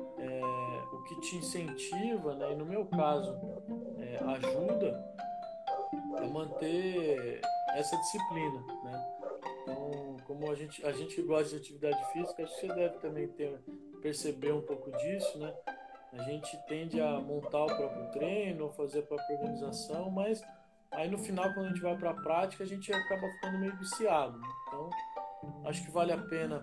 O que te incentiva, né? E no meu caso, ajuda a manter essa disciplina, né? Então, como a gente que gosta de atividade física, acho que você deve também perceber um pouco disso, né? A gente tende a montar o próprio treino, fazer a própria organização, mas aí no final, quando a gente vai para a prática, a gente acaba ficando meio viciado, né? Então, acho que vale a pena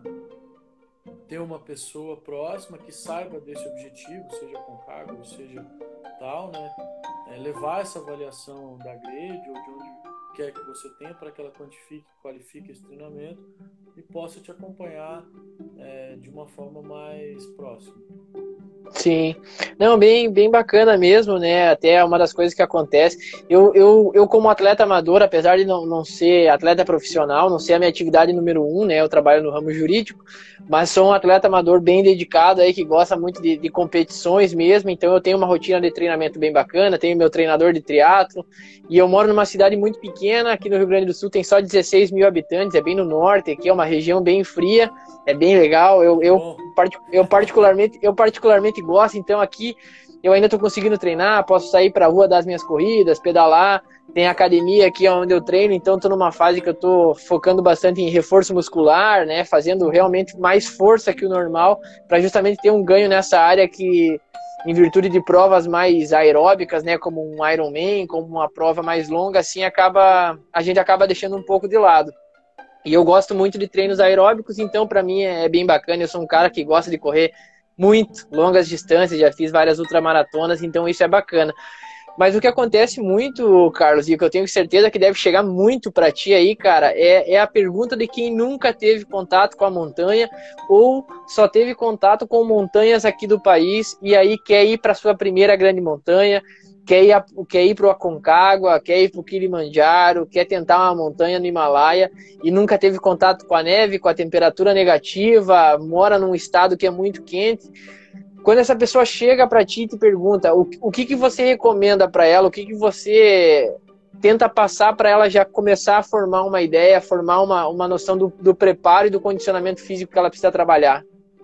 ter uma pessoa próxima que saiba desse objetivo, seja com cargo, seja tal, né? Levar essa avaliação da grade ou de onde quer que você tenha para que ela qualifique esse treinamento e possa te acompanhar de uma forma mais próxima. Sim, não, bem bacana mesmo, né? Até uma das coisas que acontece. Eu como atleta amador, apesar de não ser atleta profissional, não ser a minha atividade número 1, né? Eu trabalho no ramo jurídico, mas sou um atleta amador bem dedicado aí, que gosta muito de competições mesmo. Então eu tenho uma rotina de treinamento bem bacana, tenho meu treinador de triatlo, e eu moro numa cidade muito pequena, aqui no Rio Grande do Sul tem só 16 mil habitantes, é bem no norte, aqui é uma região bem fria, é bem legal. Eu particularmente gosto, então aqui eu ainda estou conseguindo treinar, posso sair para a rua das minhas corridas, pedalar, tem academia aqui onde eu treino, então estou numa fase que eu estou focando bastante em reforço muscular, né, fazendo realmente mais força que o normal, para justamente ter um ganho nessa área que, em virtude de provas mais aeróbicas, né, como um Ironman, como uma prova mais longa, assim, a gente acaba deixando um pouco de lado. E eu gosto muito de treinos aeróbicos, então para mim é bem bacana. Eu sou um cara que gosta de correr muito longas distâncias, já fiz várias ultramaratonas, então isso é bacana. Mas o que acontece muito, Carlos, e o que eu tenho certeza que deve chegar muito para ti aí, cara, é a pergunta de quem nunca teve contato com a montanha ou só teve contato com montanhas aqui do país e aí quer ir para sua primeira grande montanha, quer ir para o Aconcagua, quer ir para o Kilimanjaro, quer tentar uma montanha no Himalaia e nunca teve contato com a neve, com a temperatura negativa, mora num estado que é muito quente. Quando essa pessoa chega para ti e te pergunta o que você recomenda para ela, o que você tenta passar para ela já começar a formar uma ideia, formar uma noção do preparo e do condicionamento físico que ela precisa trabalhar?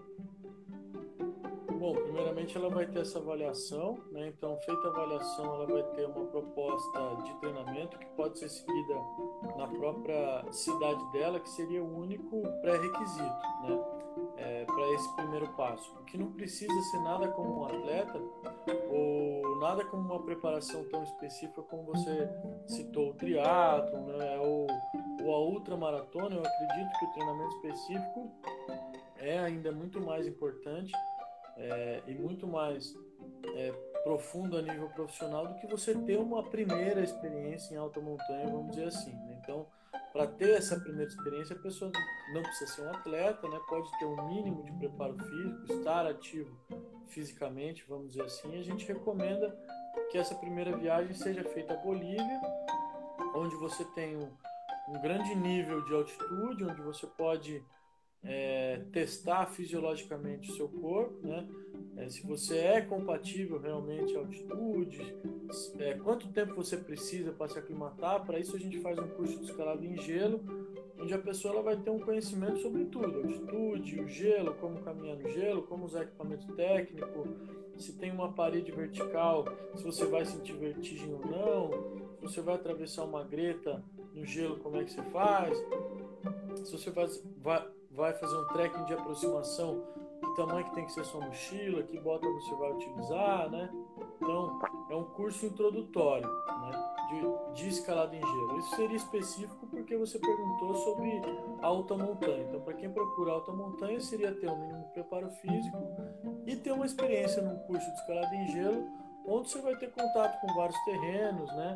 Bom, primeiramente ela vai ter essa avaliação, né? Então, feita a avaliação, ela vai ter uma proposta de treinamento que pode ser seguida na própria cidade dela, que seria o único pré-requisito, né? Para esse primeiro passo. O que não precisa ser nada como um atleta ou nada como uma preparação tão específica como você citou o triatlon, né? ou a ultramaratona. Eu acredito que o treinamento específico é ainda muito mais importante e muito mais profundo a nível profissional do que você ter uma primeira experiência em alta montanha, vamos dizer assim, né? Então, para ter essa primeira experiência, a pessoa não precisa ser um atleta, né? Pode ter um mínimo de preparo físico, estar ativo fisicamente, vamos dizer assim. A gente recomenda que essa primeira viagem seja feita à Bolívia, onde você tem um grande nível de altitude, onde você pode testar fisiologicamente o seu corpo, né? Se você é compatível realmente à altitude, quanto tempo você precisa para se aclimatar. Para isso a gente faz um curso de escalada em gelo, onde a pessoa ela vai ter um conhecimento sobre tudo, altitude, o gelo, como caminhar no gelo, como usar equipamento técnico, se tem uma parede vertical, se você vai sentir vertigem ou não, se você vai atravessar uma greta no gelo, como é que você faz, se você vai fazer um trekking de aproximação, que tamanho que tem que ser sua mochila, que bota você vai utilizar, né? Então, é um curso introdutório, né? de escalada em gelo. Isso seria específico porque você perguntou sobre alta montanha. Então, para quem procura alta montanha, seria ter um mínimo preparo físico e ter uma experiência num curso de escalada em gelo, onde você vai ter contato com vários terrenos, né?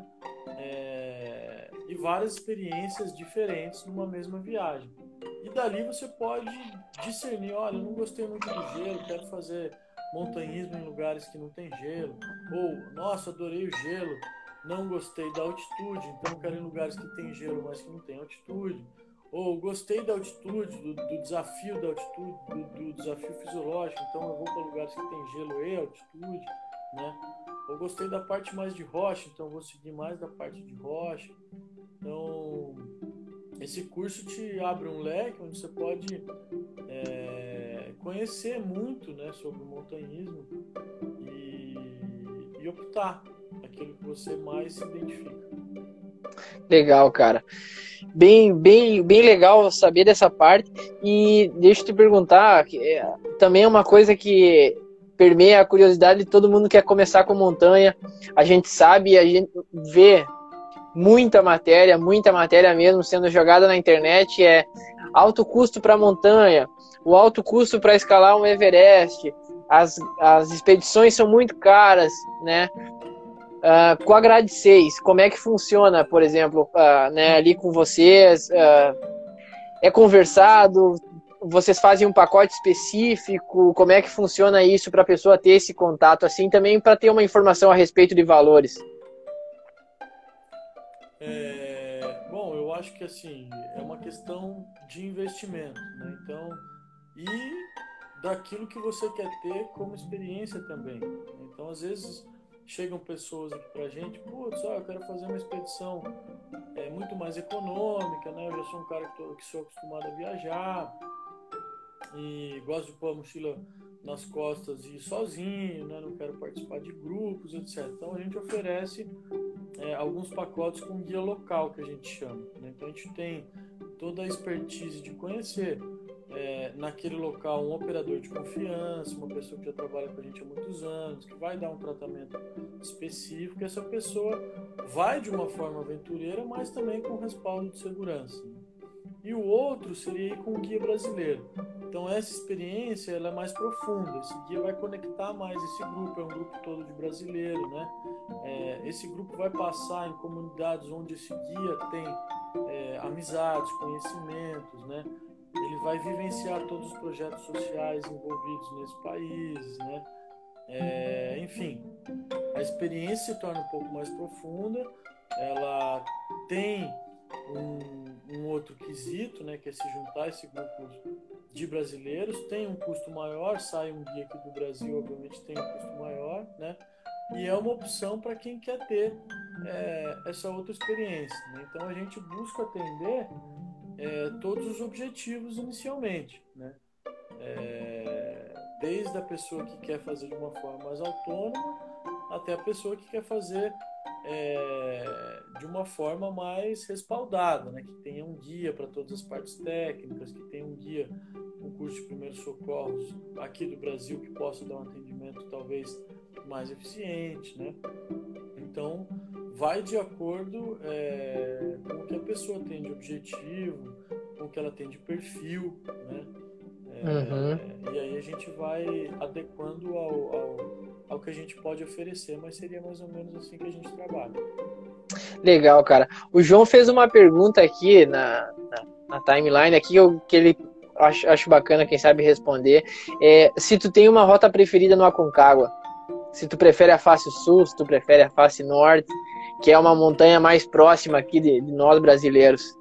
E várias experiências diferentes numa mesma viagem. E dali você pode discernir, olha, eu não gostei muito do gelo, quero fazer montanhismo em lugares que não tem gelo. Ou, nossa, adorei o gelo, não gostei da altitude, então quero ir em lugares que tem gelo, mas que não tem altitude. Ou, gostei da altitude, do desafio da altitude, do desafio fisiológico, então eu vou para lugares que tem gelo e altitude, né? Ou gostei da parte mais de rocha, então vou seguir mais da parte de rocha. Então, esse curso te abre um leque onde você pode conhecer muito, né, sobre o montanhismo e optar aquilo que você mais se identifica. Legal, cara. Bem legal saber dessa parte. E deixa eu te perguntar, também é uma coisa que permeia a curiosidade de todo mundo que quer começar com montanha. A gente sabe, a gente vê muita matéria mesmo sendo jogada na internet, alto custo para montanha, o alto custo para escalar um Everest, as expedições são muito caras, né? Com a Grade 6, como é que funciona, por exemplo, né, ali com vocês? É conversado? Vocês fazem um pacote específico? Como é que funciona isso para a pessoa ter esse contato assim, também para ter uma informação a respeito de valores? Bom, eu acho que assim, é uma questão de investimento, né? Então, e daquilo que você quer ter como experiência também. Então, às vezes, chegam pessoas aqui pra gente, putz, eu quero fazer uma expedição muito mais econômica, né? Eu já sou um cara que sou acostumado a viajar e gosto de pôr a mochila nas costas e ir sozinho, né? Não quero participar de grupos, etc. Então, a gente oferece alguns pacotes com guia local, que a gente chama, né? Então a gente tem toda a expertise de conhecer naquele local um operador de confiança, uma pessoa que já trabalha com a gente há muitos anos, que vai dar um tratamento específico, e essa pessoa vai de uma forma aventureira, mas também com respaldo de segurança, né? E o outro seria ir com um guia brasileiro. Então essa experiência ela é mais profunda, esse guia vai conectar mais esse grupo, é um grupo todo de brasileiro, né? Esse grupo vai passar em comunidades onde esse guia tem amizades, conhecimentos, né? Ele vai vivenciar todos os projetos sociais envolvidos nesse país, né? Enfim, a experiência se torna um pouco mais profunda, ela tem um outro quesito, né, que é se juntar a esse grupo de brasileiros, tem um custo maior, sai um guia aqui do Brasil, obviamente tem um custo maior, né? E é uma opção para quem quer ter essa outra experiência, né? Então a gente busca atender todos os objetivos inicialmente, né? Desde a pessoa que quer fazer de uma forma mais autônoma até a pessoa que quer fazer de uma forma mais respaldada, né? Que tenha um guia para todas as partes técnicas, que tenha um guia, um curso de primeiros socorros aqui do Brasil que possa dar um atendimento talvez mais eficiente, né? Então, vai de acordo com o que a pessoa tem de objetivo, com o que ela tem de perfil, né? E aí a gente vai adequando ao que a gente pode oferecer, mas seria mais ou menos assim que a gente trabalha. Legal, cara. O João fez uma pergunta aqui na timeline aqui, que ele acho bacana, quem sabe responder. Se tu tem uma rota preferida no Aconcagua, se tu prefere a face sul, se tu prefere a face norte, que é uma montanha mais próxima aqui de nós brasileiros.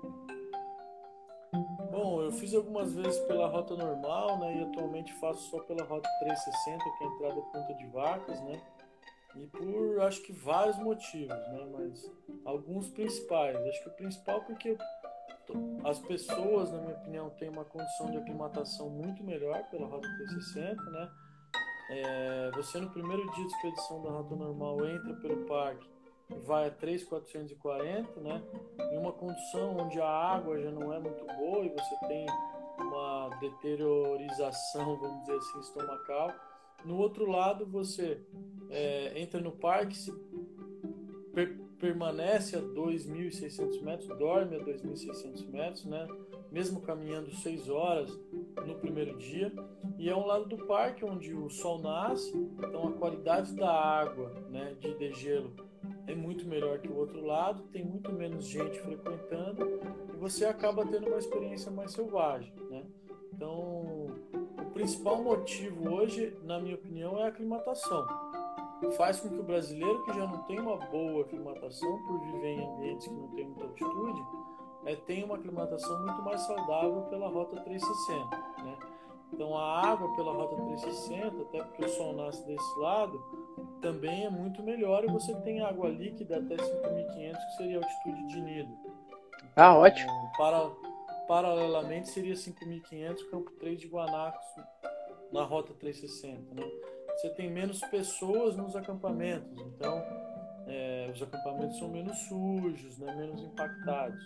Bom, eu fiz algumas vezes pela rota normal, né? E atualmente faço só pela rota 360, que é a entrada Ponta de Vacas, né? E por, acho que vários motivos, né? Mas alguns principais. Acho que o principal porque as pessoas, na minha opinião, têm uma condição de aclimatação muito melhor pela rota 360, né? Você no primeiro dia de expedição da rota normal entra pelo parque e vai a 3.440, né? Em uma condição onde a água já não é muito boa e você tem uma deteriorização, vamos dizer assim, estomacal. No outro lado, você entra no parque, se permanece a 2.600 metros, dorme a 2.600 metros, né? Mesmo caminhando 6 horas no primeiro dia. E é um lado do parque onde o sol nasce, então a qualidade da água, né, de degelo é muito melhor que o outro lado, tem muito menos gente frequentando e você acaba tendo uma experiência mais selvagem, né? Então, o principal motivo hoje, na minha opinião, é a aclimatação. Faz com que o brasileiro, que já não tem uma boa aclimatação por viver em ambientes que não tem muita altitude, tenha uma aclimatação muito mais saudável pela Rota 360, né? Então a água pela Rota 360, até porque o sol nasce desse lado, também é muito melhor e você tem água líquida até 5.500, que seria a altitude de nido. Então, ótimo. Paralelamente seria 5.500, Campo 3 de Guanacos na Rota 360, né? Você tem menos pessoas nos acampamentos, então os acampamentos são menos sujos, né? Menos impactados.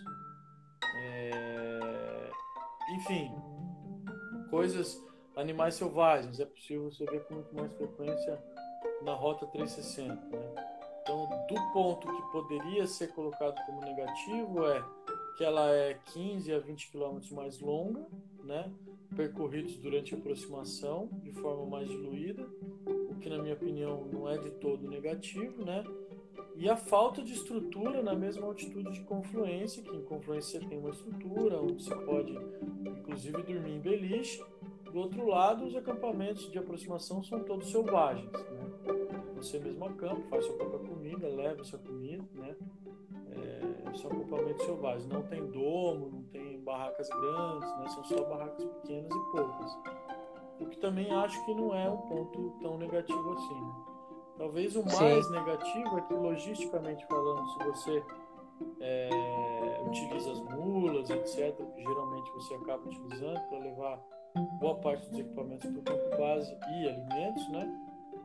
Enfim, animais selvagens, é possível você ver com muito mais frequência na Rota 360, né? Então, do ponto que poderia ser colocado como negativo que ela é 15 a 20 km mais longa, né? Percorridos durante a aproximação de forma mais diluída, o que na minha opinião não é de todo negativo, né? E a falta de estrutura na mesma altitude de Confluência, que em Confluência você tem uma estrutura onde você pode inclusive dormir em beliche. Do outro lado, os acampamentos de aproximação são todos selvagens, né? Você mesmo acampa, faz sua própria comida, leva sua comida, né? São acampamentos selvagens, não tem domo, não tem barracas grandes, né? São só barracas pequenas e poucas. O que também acho que não é um ponto tão negativo assim, né? Talvez o mais negativo é que, logisticamente falando, se você utiliza as mulas, etc., que geralmente você acaba utilizando para levar boa parte dos equipamentos para o campo base e alimentos, né?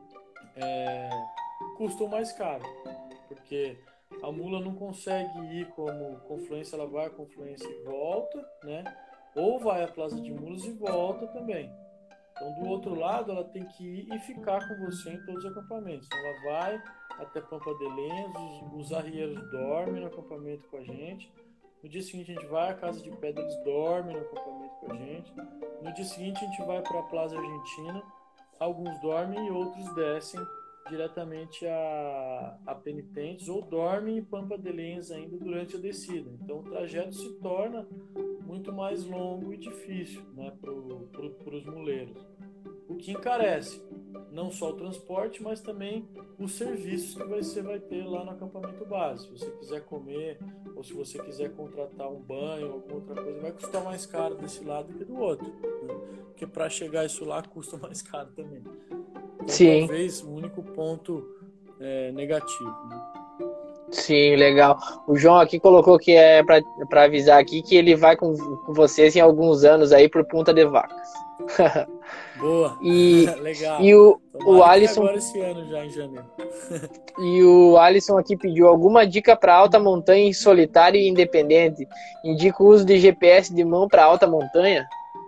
Custam mais caro, porque a mula não consegue ir como Confluência, ela vai a Confluência e volta, né? Ou vai à Plaza de Mulas e volta também. Então, do outro lado, ela tem que ir e ficar com você em todos os acampamentos. Então, ela vai até Pampa de Lenços, os arrieiros dormem no acampamento com a gente. No dia seguinte, a gente vai à Casa de Pedra, eles dormem no acampamento com a gente. No dia seguinte, a gente vai para a Plaza Argentina. Alguns dormem e outros descem diretamente a Penitentes ou dormem em Pampa de Lenços ainda durante a descida. Então, o trajeto se torna muito mais longo e difícil, né, para os muleiros. O que encarece não só o transporte, mas também os serviços que você vai ter lá no acampamento base. Se você quiser comer ou se você quiser contratar um banho ou alguma outra coisa, vai custar mais caro desse lado do que do outro, né? Porque para chegar isso lá custa mais caro também. Então, Sim. Talvez o único ponto negativo, né? Sim, legal. O João aqui colocou que é para avisar aqui que ele vai com vocês em alguns anos aí por Punta de Vacas. Boa, E, legal. E o Alisson agora esse ano já em janeiro. E o Alisson aqui pediu alguma dica para alta montanha solitária e independente. Indica o uso de GPS de mão para alta montanha?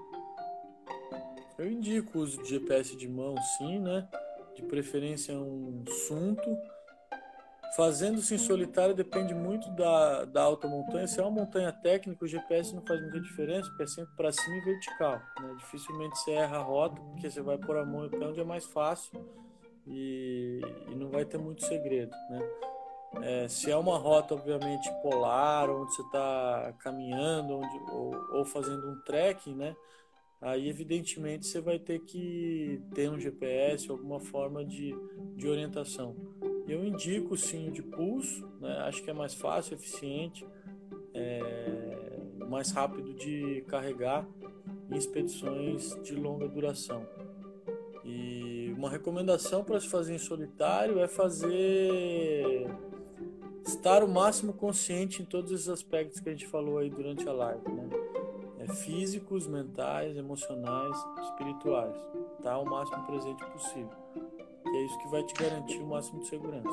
Eu indico o uso de GPS de mão, sim, né? De preferência um Sunto. Fazendo-se em solitário depende muito da alta montanha. Se é uma montanha técnica, o GPS não faz muita diferença, porque é sempre para cima e vertical, né? Dificilmente você erra a rota, porque você vai pôr a mão até onde é mais fácil e não vai ter muito segredo, né? Se é uma rota, obviamente, polar, onde você está caminhando ou fazendo um trekking, né? Aí, evidentemente, você vai ter que ter um GPS, alguma forma de orientação. Eu indico, sim, o de pulso, né? Acho que é mais fácil, eficiente, mais rápido de carregar em expedições de longa duração. E uma recomendação para se fazer em solitário é estar o máximo consciente em todos esses aspectos que a gente falou aí durante a live, né? Físicos, mentais, emocionais, espirituais. Tá o máximo presente possível. E é isso que vai te garantir o máximo de segurança.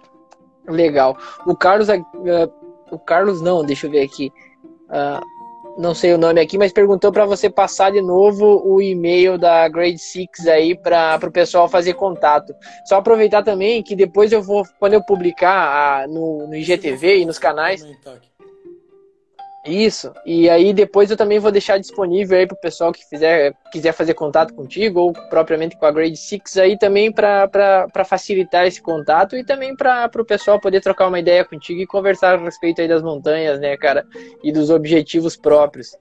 Legal. O Carlos não, deixa eu ver aqui. não sei o nome aqui, mas perguntou para você passar de novo o e-mail da Grade Six aí para o pessoal fazer contato. Só aproveitar também que depois eu vou, quando eu publicar no IGTV e nos canais, isso, e aí depois eu também vou deixar disponível aí para o pessoal que quiser fazer contato contigo ou propriamente com a Grade Six aí também para facilitar esse contato e também para o pessoal poder trocar uma ideia contigo e conversar a respeito aí das montanhas, né, cara, e dos objetivos próprios.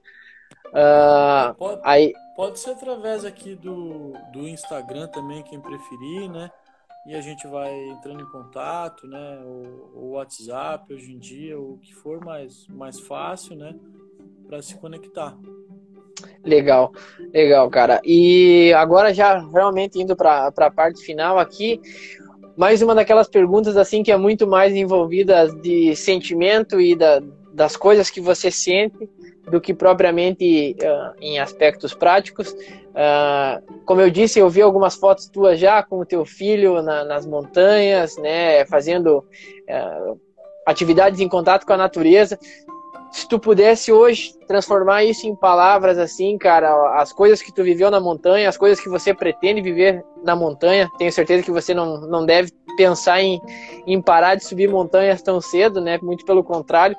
Pode ser através aqui do Instagram também, quem preferir, né? E a gente vai entrando em contato, né? O WhatsApp hoje em dia, o que for mais fácil, né? Para se conectar. Legal, cara. E agora já realmente indo para a parte final aqui, mais uma daquelas perguntas assim que é muito mais envolvida de sentimento e das coisas que você sente do que propriamente em aspectos práticos. Como eu disse, eu vi algumas fotos tuas já com o teu filho nas montanhas, né, fazendo atividades em contato com a natureza. Se tu pudesse hoje transformar isso em palavras assim, cara, as coisas que tu viveu na montanha, as coisas que você pretende viver na montanha, tenho certeza que você não deve pensar em parar de subir montanhas tão cedo, né? Muito pelo contrário.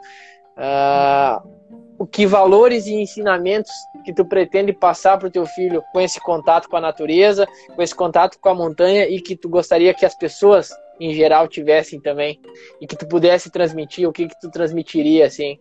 O que valores e ensinamentos que tu pretende passar para o teu filho com esse contato com a natureza, com esse contato com a montanha e que tu gostaria que as pessoas em geral tivessem também e que tu pudesse transmitir, o que tu transmitiria assim?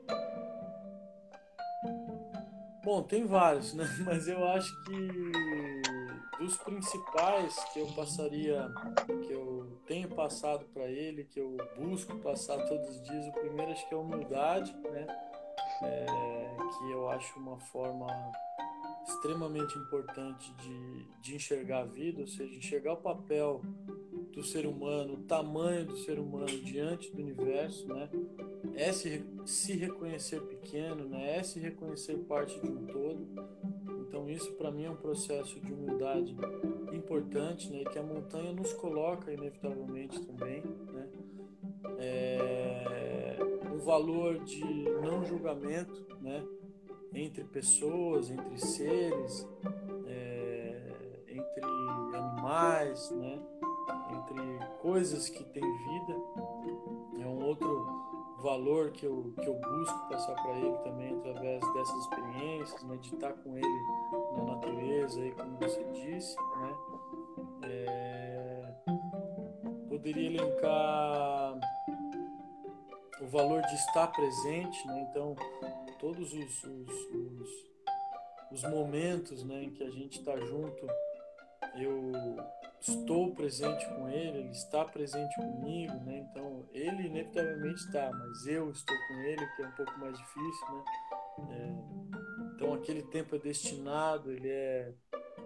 Bom, tem vários, né? Mas eu acho que dos principais que eu passaria, que eu tenho passado para ele, que eu busco passar todos os dias, o primeiro acho que é a humildade, né? Que eu acho uma forma extremamente importante de enxergar a vida, ou seja, enxergar o papel do ser humano, o tamanho do ser humano diante do universo, né? É se reconhecer pequeno, né? É se reconhecer parte de um todo. Então isso para mim é um processo de humildade importante, né? Que a montanha nos coloca inevitavelmente também, né? O valor de não julgamento, né? Entre pessoas, entre seres, entre animais, né? Entre coisas que têm vida. É um outro valor que eu busco passar para ele também através dessas experiências, né? De estar com ele na natureza, aí, como você disse, né? Poderia elencar o valor de estar presente, né? Então, todos os momentos, né, em que a gente está junto, eu estou presente com ele, ele está presente comigo, né? Então ele inevitavelmente está, mas eu estou com ele, que é um pouco mais difícil, né? Então aquele tempo é destinado, ele é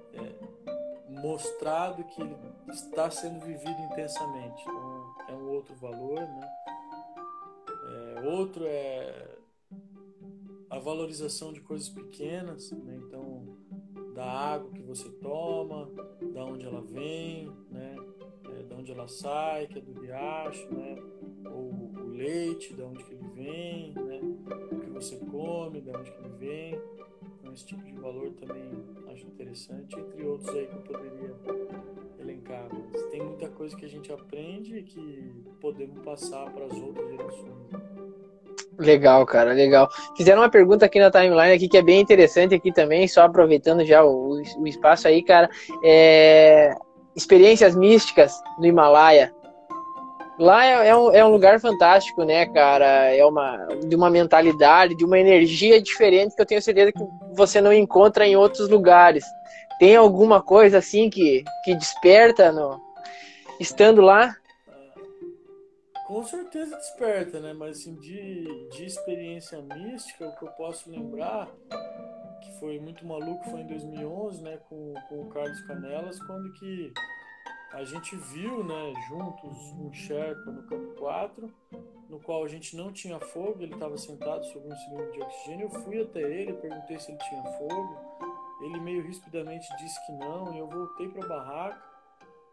mostrado que ele está sendo vivido intensamente. Então é um outro valor, né? Outro é a valorização de coisas pequenas, né? Então da água que você toma, da onde ela vem, né? Da onde ela sai, que é do riacho, né? Ou o leite, da onde que ele vem, né? O que você come, da onde que ele vem. Então esse tipo de valor também acho interessante, entre outros aí que eu poderia elencar. Mas tem muita coisa que a gente aprende e que podemos passar para as outras gerações. Legal, cara, legal. Fizeram uma pergunta aqui na timeline aqui que é bem interessante aqui também, só aproveitando já o espaço aí, cara. Experiências místicas no Himalaia. Lá é um lugar fantástico, né, cara? De uma mentalidade, de uma energia diferente que eu tenho certeza que você não encontra em outros lugares. Tem alguma coisa assim que desperta estando lá? Com certeza desperta, né? Mas assim, de experiência mística, o que eu posso lembrar, que foi muito maluco, foi em 2011, né? Com o Carlos Canelas, quando que a gente viu, né, juntos, um Sherpa no campo 4, no qual a gente não tinha fogo, ele estava sentado sobre um cilindro de oxigênio. Eu fui até ele, perguntei se ele tinha fogo, ele meio rispidamente disse que não, e eu voltei para a barraca.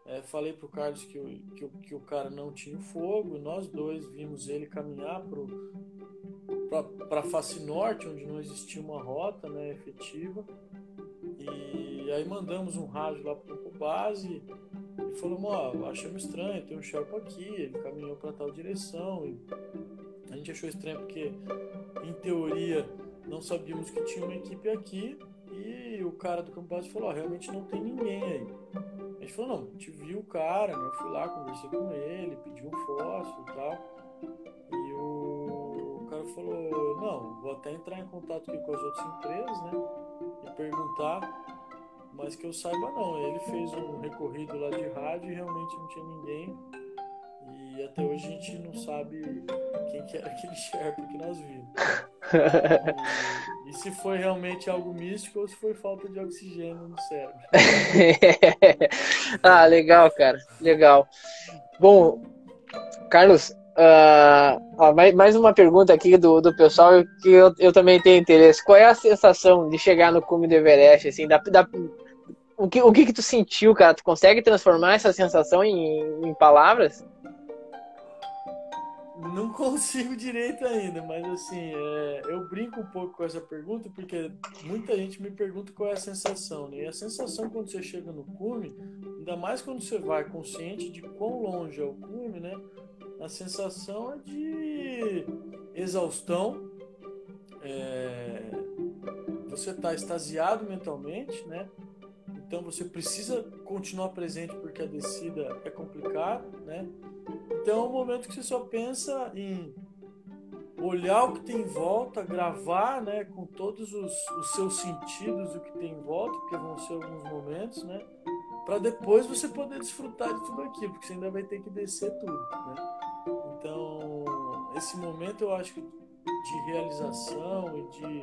Falei pro Carlos que o cara não tinha fogo. Nós dois vimos ele caminhar para a face norte, onde não existia uma rota, né, efetiva. E aí mandamos um rádio lá para o base e falamos: ó, achamos estranho, tem um Sherpa aqui, ele caminhou para tal direção. E a gente achou estranho porque, em teoria, não sabíamos que tinha uma equipe aqui. E o cara do campo base falou: ó, realmente não tem ninguém aí. A gente falou: não, a gente viu o cara, né? Eu fui lá, conversei com ele, pedi um fósforo e tal. E o cara falou: não, vou até entrar em contato aqui com as outras empresas, né? E perguntar, mas que eu saiba não. Ele fez um recorrido lá de rádio e realmente não tinha ninguém. E até hoje a gente não sabe quem que era aquele Sherpa que nós vimos. E se foi realmente algo místico ou se foi falta de oxigênio no cérebro. Ah, legal, cara. Legal. Bom, Carlos, mais uma pergunta aqui do pessoal que eu também tenho interesse. Qual é a sensação de chegar no cume do Everest? Assim, o que tu sentiu, cara? Tu consegue transformar essa sensação em palavras? Não consigo direito ainda, mas assim, eu brinco um pouco com essa pergunta porque muita gente me pergunta qual é a sensação, né? E a sensação quando você chega no cume, ainda mais quando você vai consciente de quão longe é o cume, né? A sensação é de exaustão, você está extasiado mentalmente, né? Então você precisa continuar presente porque a descida é complicada, né? Então é um momento que você só pensa em olhar o que tem em volta, gravar, né, com todos os seus sentidos o que tem em volta, porque vão ser alguns momentos, né? Para depois você poder desfrutar de tudo aquilo, porque você ainda vai ter que descer tudo, né? Então, esse momento eu acho que de realização e de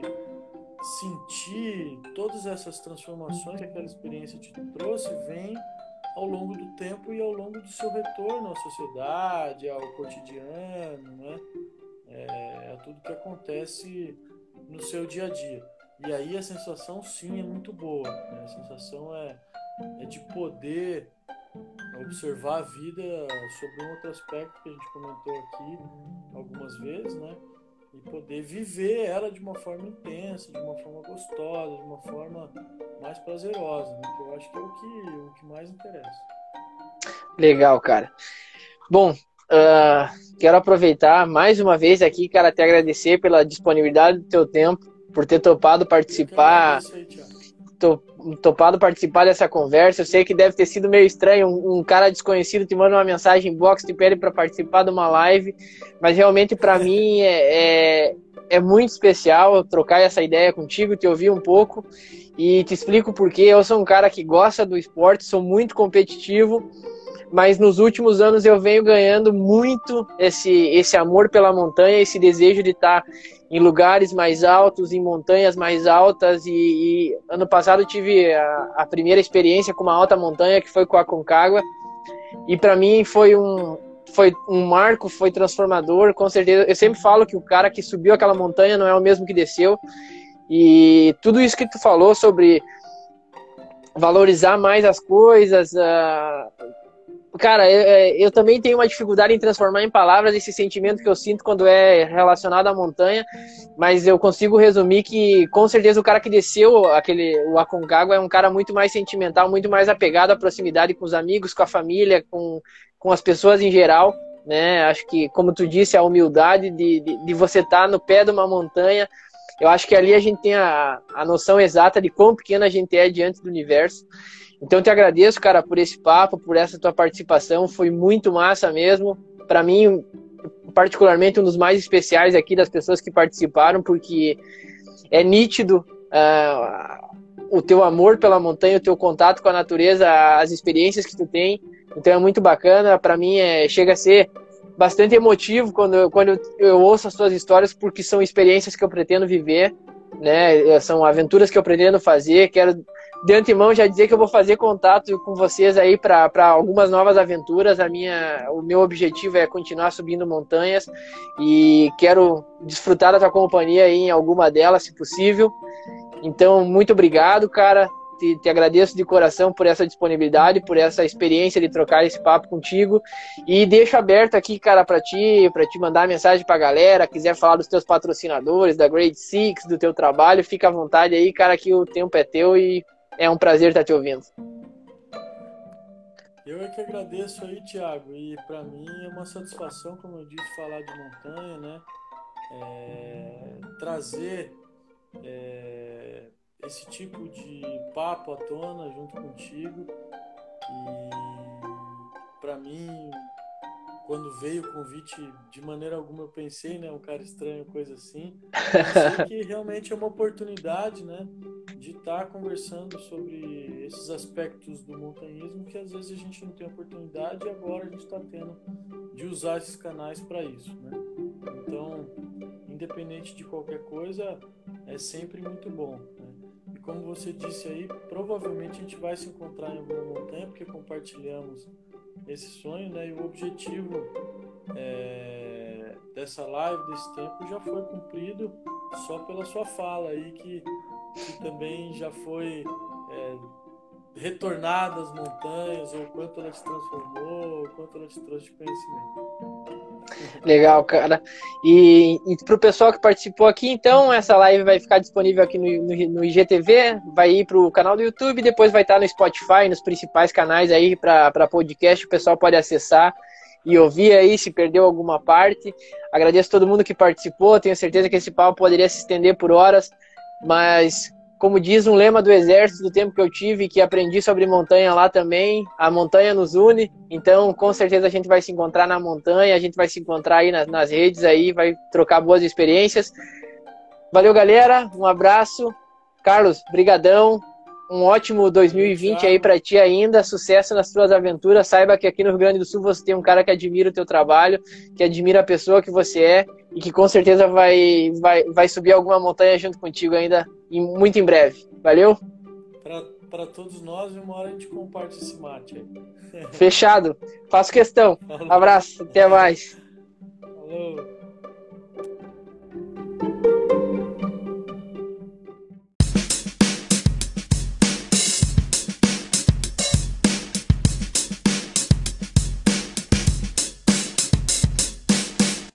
sentir todas essas transformações que aquela experiência te trouxe vem ao longo do tempo e ao longo do seu retorno à sociedade, ao cotidiano, né? A tudo que acontece no seu dia a dia. E aí a sensação sim é muito boa, né? A sensação é de poder observar a vida sobre um outro aspecto que a gente comentou aqui algumas vezes, né? E poder viver ela de uma forma intensa, de uma forma gostosa, de uma forma mais prazerosa, né? Que eu acho que é o que mais interessa. Legal, cara. Bom, quero aproveitar mais uma vez aqui, cara, te agradecer pela disponibilidade do teu tempo, por ter topado participar. Topado participar dessa conversa. Eu sei que deve ter sido meio estranho, um cara desconhecido te manda uma mensagem inbox, te pede para participar de uma live, mas realmente para mim é muito especial trocar essa ideia contigo, te ouvir um pouco e te explico porque eu sou um cara que gosta do esporte, sou muito competitivo, mas nos últimos anos eu venho ganhando muito esse amor pela montanha, esse desejo de estar em lugares mais altos, em montanhas mais altas, e ano passado eu tive a primeira experiência com uma alta montanha, que foi com a Aconcagua, e para mim foi um marco, foi transformador, com certeza. Eu sempre falo que o cara que subiu aquela montanha não é o mesmo que desceu, e tudo isso que tu falou sobre valorizar mais as coisas, cara, eu também tenho uma dificuldade em transformar em palavras esse sentimento que eu sinto quando é relacionado à montanha, mas eu consigo resumir que, com certeza, o cara que desceu o Aconcagua é um cara muito mais sentimental, muito mais apegado à proximidade com os amigos, com a família, com as pessoas em geral, né? Acho que, como tu disse, a humildade de você estar no pé de uma montanha, eu acho que ali a gente tem a noção exata de quão pequeno a gente é diante do universo. Então eu te agradeço, cara, por esse papo, por essa tua participação, foi muito massa mesmo. Para mim, particularmente, um dos mais especiais aqui das pessoas que participaram, porque é nítido o teu amor pela montanha, o teu contato com a natureza, as experiências que tu tem. Então é muito bacana, para mim chega a ser bastante emotivo quando eu ouço as tuas histórias, porque são experiências que eu pretendo viver, né? São aventuras que eu pretendo fazer. Quero de antemão já dizer que eu vou fazer contato com vocês aí para algumas novas aventuras. O meu objetivo é continuar subindo montanhas e quero desfrutar da tua companhia aí em alguma delas, se possível. Então, muito obrigado, cara. te agradeço de coração por essa disponibilidade, por essa experiência de trocar esse papo contigo. E deixo aberto aqui, cara, para te mandar mensagem pra galera. Quiser falar dos teus patrocinadores, da Grade Six, do teu trabalho, fica à vontade aí, cara, que o tempo é teu e é um prazer estar te ouvindo. Eu é que agradeço aí, Thiago, e para mim é uma satisfação, como eu disse, falar de montanha, né? Trazer esse tipo de papo à tona junto contigo. E para mim, quando veio o convite, de maneira alguma eu pensei, né, um cara estranho, coisa assim. Pensei que realmente é uma oportunidade, né, de estar conversando sobre esses aspectos do montanhismo que às vezes a gente não tem oportunidade e agora a gente está tendo de usar esses canais para isso, né? Então, independente de qualquer coisa, é sempre muito bom, né? E como você disse aí, provavelmente a gente vai se encontrar em alguma montanha porque compartilhamos esse sonho, né? E o objetivo dessa live, desse tempo, já foi cumprido só pela sua fala aí, que também já foi retornada às montanhas, ou quanto ela te transformou, ou quanto ela te trouxe de conhecimento. Legal, cara. E para o pessoal que participou aqui, então, essa live vai ficar disponível aqui no IGTV, vai ir para o canal do YouTube, depois vai estar no Spotify, nos principais canais aí para podcast, o pessoal pode acessar e ouvir aí se perdeu alguma parte. Agradeço a todo mundo que participou, tenho certeza que esse papo poderia se estender por horas, mas como diz um lema do exército do tempo que eu tive, que aprendi sobre montanha lá também, a montanha nos une, então com certeza a gente vai se encontrar na montanha, a gente vai se encontrar aí nas redes aí, vai trocar boas experiências. Valeu, galera, um abraço. Carlos, brigadão. Um ótimo 2020 aí pra ti ainda, sucesso nas tuas aventuras. Saiba que aqui no Rio Grande do Sul você tem um cara que admira o teu trabalho, que admira a pessoa que você é e que com certeza vai subir alguma montanha junto contigo ainda muito em breve. Valeu? Para todos nós, uma hora a gente compartilha esse mate aí. Fechado. Faço questão. Falou. Abraço, até mais. Falou.